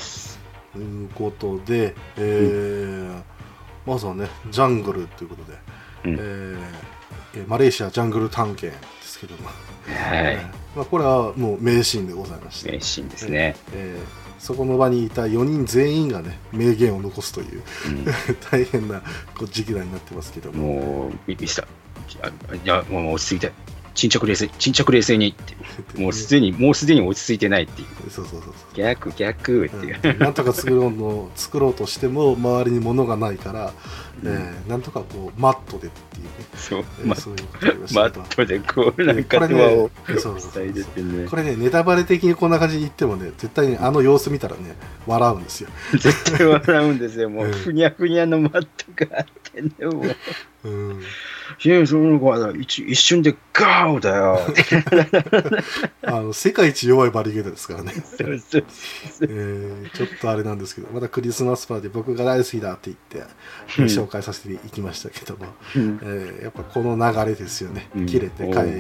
ということで、えーうん、まずはねジャングルということで、うんえー、マレーシアジャングル探検ですけども、はいえーまあ、これはもう名シーンでございまして名シーンですね、 えー、そこの場にいたよにん全員がね名言を残すという、うん、大変なこう時期代になってますけどももうびっくりした。いやもう落ち着いて沈着冷静沈着冷静にってもうすでにもうすでに落ち着いてないっていうそうそうそうそう逆逆っていう、 うん、なんとか作ろうの作ろうとしても周りに物がないから、うんえー、なんとかこうマットでっていうねそう、 えー、そういうことありましたマットでこうなんかドアを塞いでてねこれねネタバレ的にこんな感じに言ってもね絶対にあの様子見たらね笑うんですよ絶対笑うんですよもうふにゃふにゃのマットがあってねもううん、いやその子は 一, 一瞬でガーだよあの世界一弱いバリケードですからねそうそうそう、えー、ちょっとあれなんですけどまたクリスマスパーティー僕が大好きだって言って、うん、紹介させていきましたけども、うんえー、やっぱこの流れですよね、うん、切れて帰る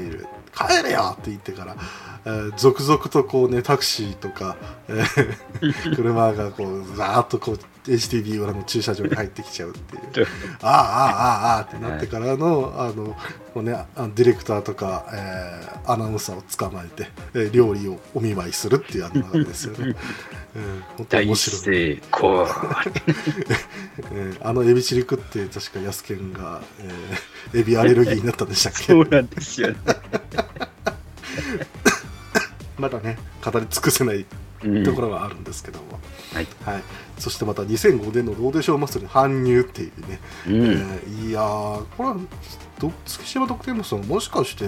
帰れよって言ってから、えー、続々とこうねタクシーとか、えー、車がこうザーッとこう エイチティービー 裏の駐車場に入ってきちゃうっていうああああああってなってからの、あのこう、ね、ディレクターとか、えー、アナウンサーを捕まえて、えー、料理をお見舞いするっていうあの流れですよね。うん、本当に面白い。大成功えー、あのエビチリ食って確かヤスケンが、えー、エビアレルギーになったんでしたっけ。 そうなんですよね。 まだね語り尽くせないところはあるんですけども、 うん、はいはい、そしてまたにせんごねんのローデショー祭りに搬入っていうね、うん、えー、いやーこれは月島特典部さんもしかして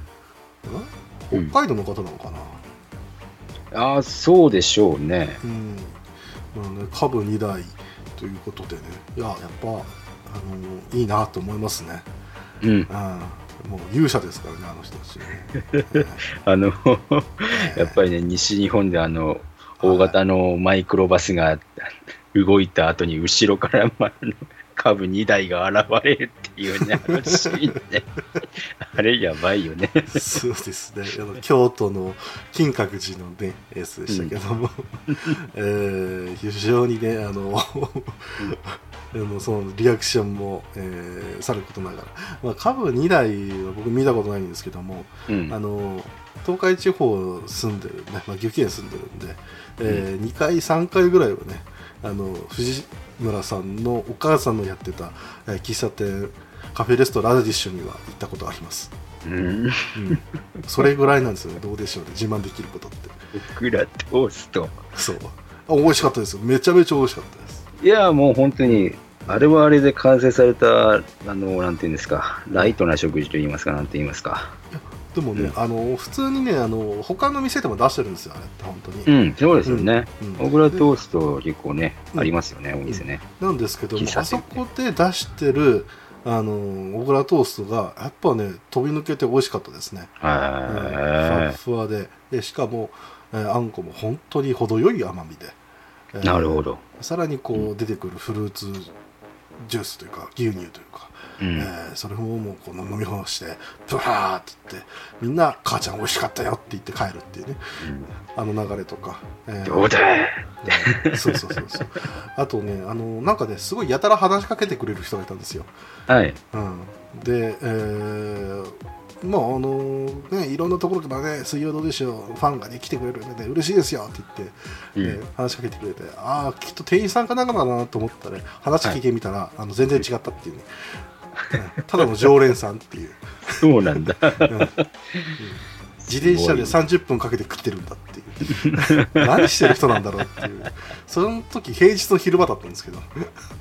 北海道の方なのかな、 うん、ああそうでしょうね、 うんまあね、株にだいということでね、いややっぱあのいいなと思いますね、 うん、 あもう勇者ですからねあの人たちねあのやっぱりね西日本であの大型のマイクロバスが動いた後に後ろから、まあ、株にだいが現れるっていうねあのシーンねあれやばいよね。 そうですね、あの京都の金閣寺のねやつでしたけども、うんえー、非常にねあのでもそのリアクションも、えー、さることながら、まあ、株にだいは僕見たことないんですけども、うん、あの東海地方住んでるね、まあ、岐阜県住んでるんで、えー、にかいさんかいぐらいはねあの藤村さんのお母さんのやってた、えー、喫茶店カフェレストラディッシュには行ったことあります、 うんうん、 それぐらいなんですよね。どうでしょうね自慢できることって。 僕らトーストそうあ美味しかったですよ。めちゃめちゃ美味しかったです。 いやもう本当にあれはあれで完成されたあのなんていうんですかライトな食事といいますかなんて言いますか。 いやでもね、うん、あの普通にねあの他の店でも出してるんですよあれって本当に。 うんそうですよね。小倉、うん、トースト結構ね、うん、ありますよねお店ね、 うん、なんですけどもあそこで出してるあの小倉トーストがやっぱね飛び抜けて美味しかったですね。ふわふわで、でしかも、えー、あんこも本当に程よい甘みで、 えー、なるほど。 さらにこう出てくるフルーツジュースというか牛乳というか、うんえー、それももうこの飲み干してブワーって言ってみんな母ちゃん美味しかったよって言って帰るっていうね、うん、あの流れとか、 えー、どうだー、そうそうそうそうあとねあのなんかねすごいやたら話しかけてくれる人がいたんですよ。 はい、 うん、で、えーまああのね、いろんなところからね水曜どうでしょうファンがね来てくれるんで、ね、嬉しいですよって言って、うん、話しかけてくれてああきっと店員さんかなんかだなと思ったら話聞いてみたら、はい、あの全然違ったっていうねただの常連さんっていうそうなんだ、うんうん、 自転車でさんじゅっぷんかけて食ってるんだっていう何してる人なんだろうっていうその時平日の昼間だったんですけど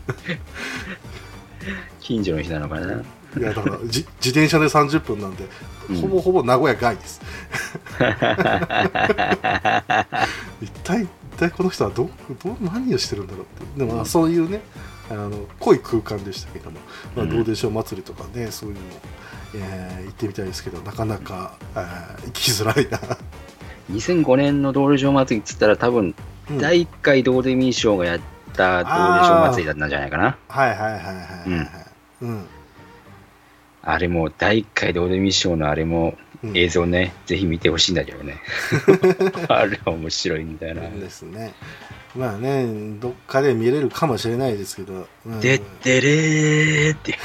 近所の人なのかな。 いやだから自転車でさんじゅっぷんなんで、うん、ほぼほぼ名古屋外です一体一体この人はどど何をしてるんだろうってでも、まあ、そういうねあの濃い空間でしたけども、まあ、どうでしょう祭りとかね、うん、そういうのも、えー、行ってみたいですけどなかなか、えー、行きづらいなにせんごねんの道路上祭りっつったら多分、うん、だいいっかいドーデミー賞がやった道路上祭りだったんじゃないかな。 はいはいはいはいはい、うんうんあれもだいいっかいドーデミー賞のあれも映像ね、うん、ぜひ見てほしいんだけどねあれは面白いんだよなですね。まあねどっかで見れるかもしれないですけど、 うん、でってれーって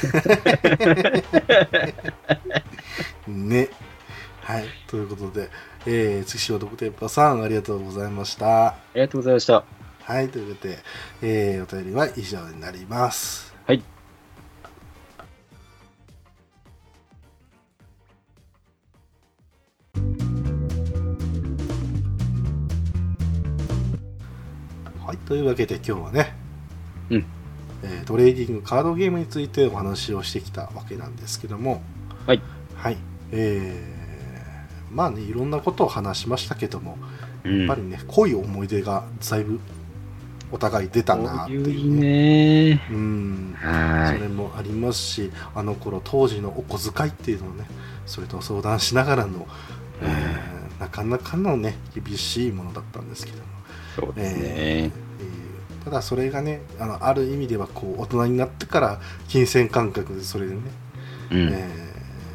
ねはいということで、えー、月島特典パさんありがとうございました。 ありがとうございました。 はいということで、えー、お便りは以上になります。 はい。 はい、というわけで今日はね、 うんえー、トレーディングカードゲームについてお話をしてきたわけなんですけども、 はい、 はい、えー、まあねいろんなことを話しましたけども、うん、やっぱりね濃い思い出がだいぶお互い出たなっていうね、うん、それもありますし、あの頃当時のお小遣いっていうのをねそれと相談しながらの、うんえー、なかなかのね厳しいものだったんですけども、 そうですね、 えー、ただそれがね あの、ある意味ではこう大人になってから金銭感覚でそれでね、うんえ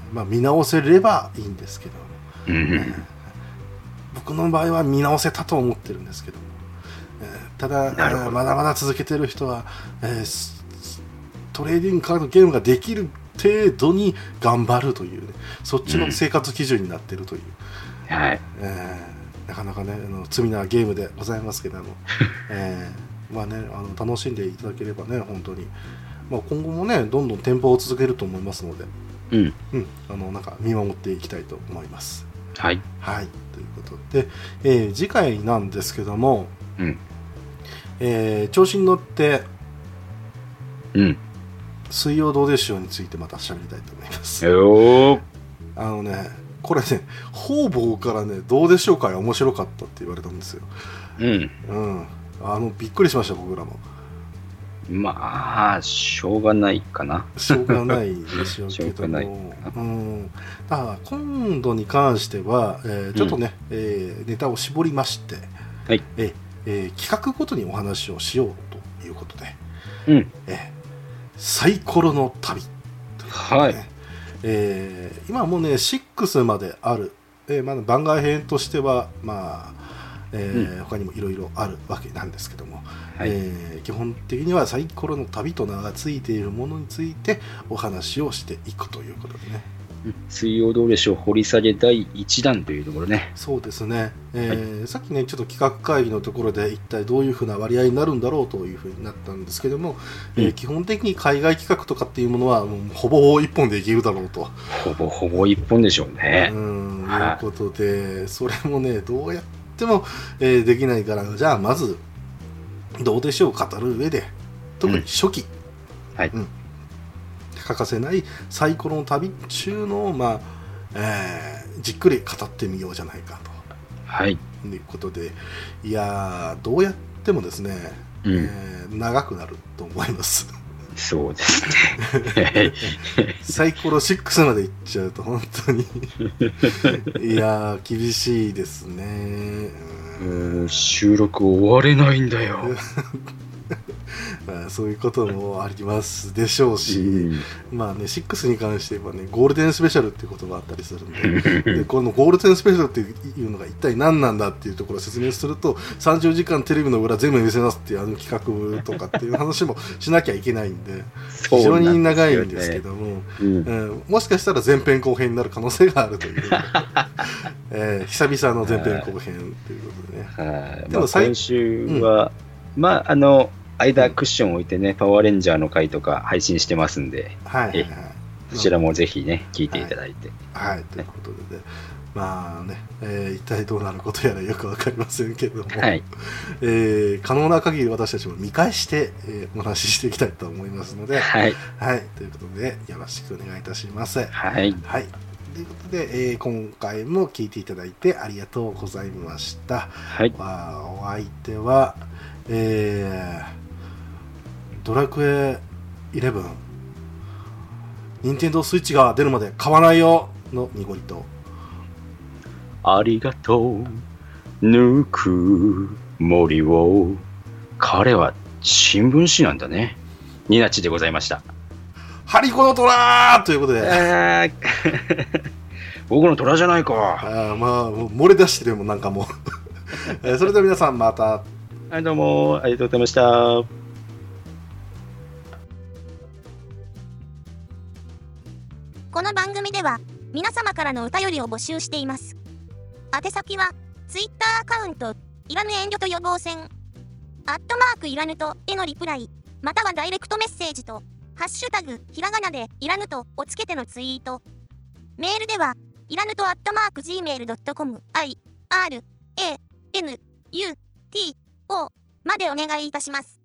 まあ、見直せればいいんですけど、 うん、 えー、僕の場合は見直せたと思ってるんですけども、えー、ただまだまだ続けてる人は、えー、トレーディングカードゲームができる程度に頑張るという、ね、そっちの生活基準になっているという、 うん、はい、 えー、なかなかねあの罪なゲームでございますけども、えーまあね、あの楽しんでいただければね本当に、まあ、今後もねどんどん展望を続けると思いますので、 うんうん、あのなんか見守っていきたいと思います。 はい、 はい、ということで、えー、次回なんですけども、 うんえー、調子に乗って、 うん、 水曜どうでしょうについてまた喋りたいと思います。 よあのねこれね方々からねどうでしょうか面白かったって言われたんですよ。 うん、 うん、あのびっくりしました僕らも。 まあしょうがないかな。 しょうがないでしょうけども、うん、だから今度に関しては、えー、ちょっとね、うん、えー、ネタを絞りまして、 はい、 ええー、企画ごとにお話をしようということで、 うん、 えー、サイコロの旅ということで、ね、はい、えー、今もうねろくまである、えーまあ、番外編としてはまあえーうん、他にもいろいろあるわけなんですけども、はい、えー、基本的にはサイコロの旅と名が付いているものについてお話をしていくということでね。 水曜どうでしょう掘り下げだいいちだんというところね。 そうですね、えーはい、さっきねちょっと企画会議のところで一体どういうふうな割合になるんだろうというふうになったんですけども、うん、えー、基本的に海外企画とかっていうものはもうほぼほぼいっぽんでいけるだろうと。 ほぼほぼいっぽんでしょうね。 うん、いうことでそれもねどうやってでも、えー、できないからじゃあまずどうでしょう語る上で特に初期、 うん、はい、 うん、欠かせないサイコロの旅中の、まあえー、じっくり語ってみようじゃないかと、 はい、 いうことでいやどうやってもですね、うん、えー、長くなると思います。 そうですねサイコロろくまでいっちゃうと本当にいや厳しいですね。 うん、収録終われないんだよまあ、そういうこともありますでしょうし、うん、まあねろくに関して言えばねゴールデンスペシャルっていうことがあったりするんででこのゴールデンスペシャルっていうのが一体何なんだっていうところを説明するとさんじゅうじかんテレビの裏全部見せますっていうあの企画とかっていう話もしなきゃいけないんで非常に長いんですけども、うん、うん、もしかしたら前編後編になる可能性があるという、えー、久々の前編後編ということでね。 でも先週は、うん、まああの間クッションを置いてね、うん、パワーレンジャーの回とか配信してますんで、 はいはいはい、 そちらもぜひね聞いていただいて、 はい、はい、ということで、ね、まあね、えー、一体どうなることやらよく分かりませんけれども、はい、えー、可能な限り私たちも見返して、えー、お話ししていきたいと思いますので、はい、はい、ということでよろしくお願いいたします。 はい、 はい、ということで、えー、今回も聞いていただいてありがとうございました。はい、お相手は、えードラクエイレブン任天堂スイッチが出るまで買わないよのニゴリとありがとうぬくもりを彼は新聞紙なんだねニナチでございました。 ハリコの虎ということで、えー、 僕の虎じゃないか。 あまあ漏れ出してでもなんかもうそれでは皆さんまたはいどうもありがとうございました。 この番組では皆様からのお便りを募集しています。宛先は Twitter アカウントいらぬ遠慮と予防線アットマークいらぬとへのリプライまたはダイレクトメッセージとハッシュタグひらがなでいらぬとをつけてのツイートメールではいらぬとアットマーク ジーメールドットコム アイアールエーエヌユーティーオー までお願いいたします。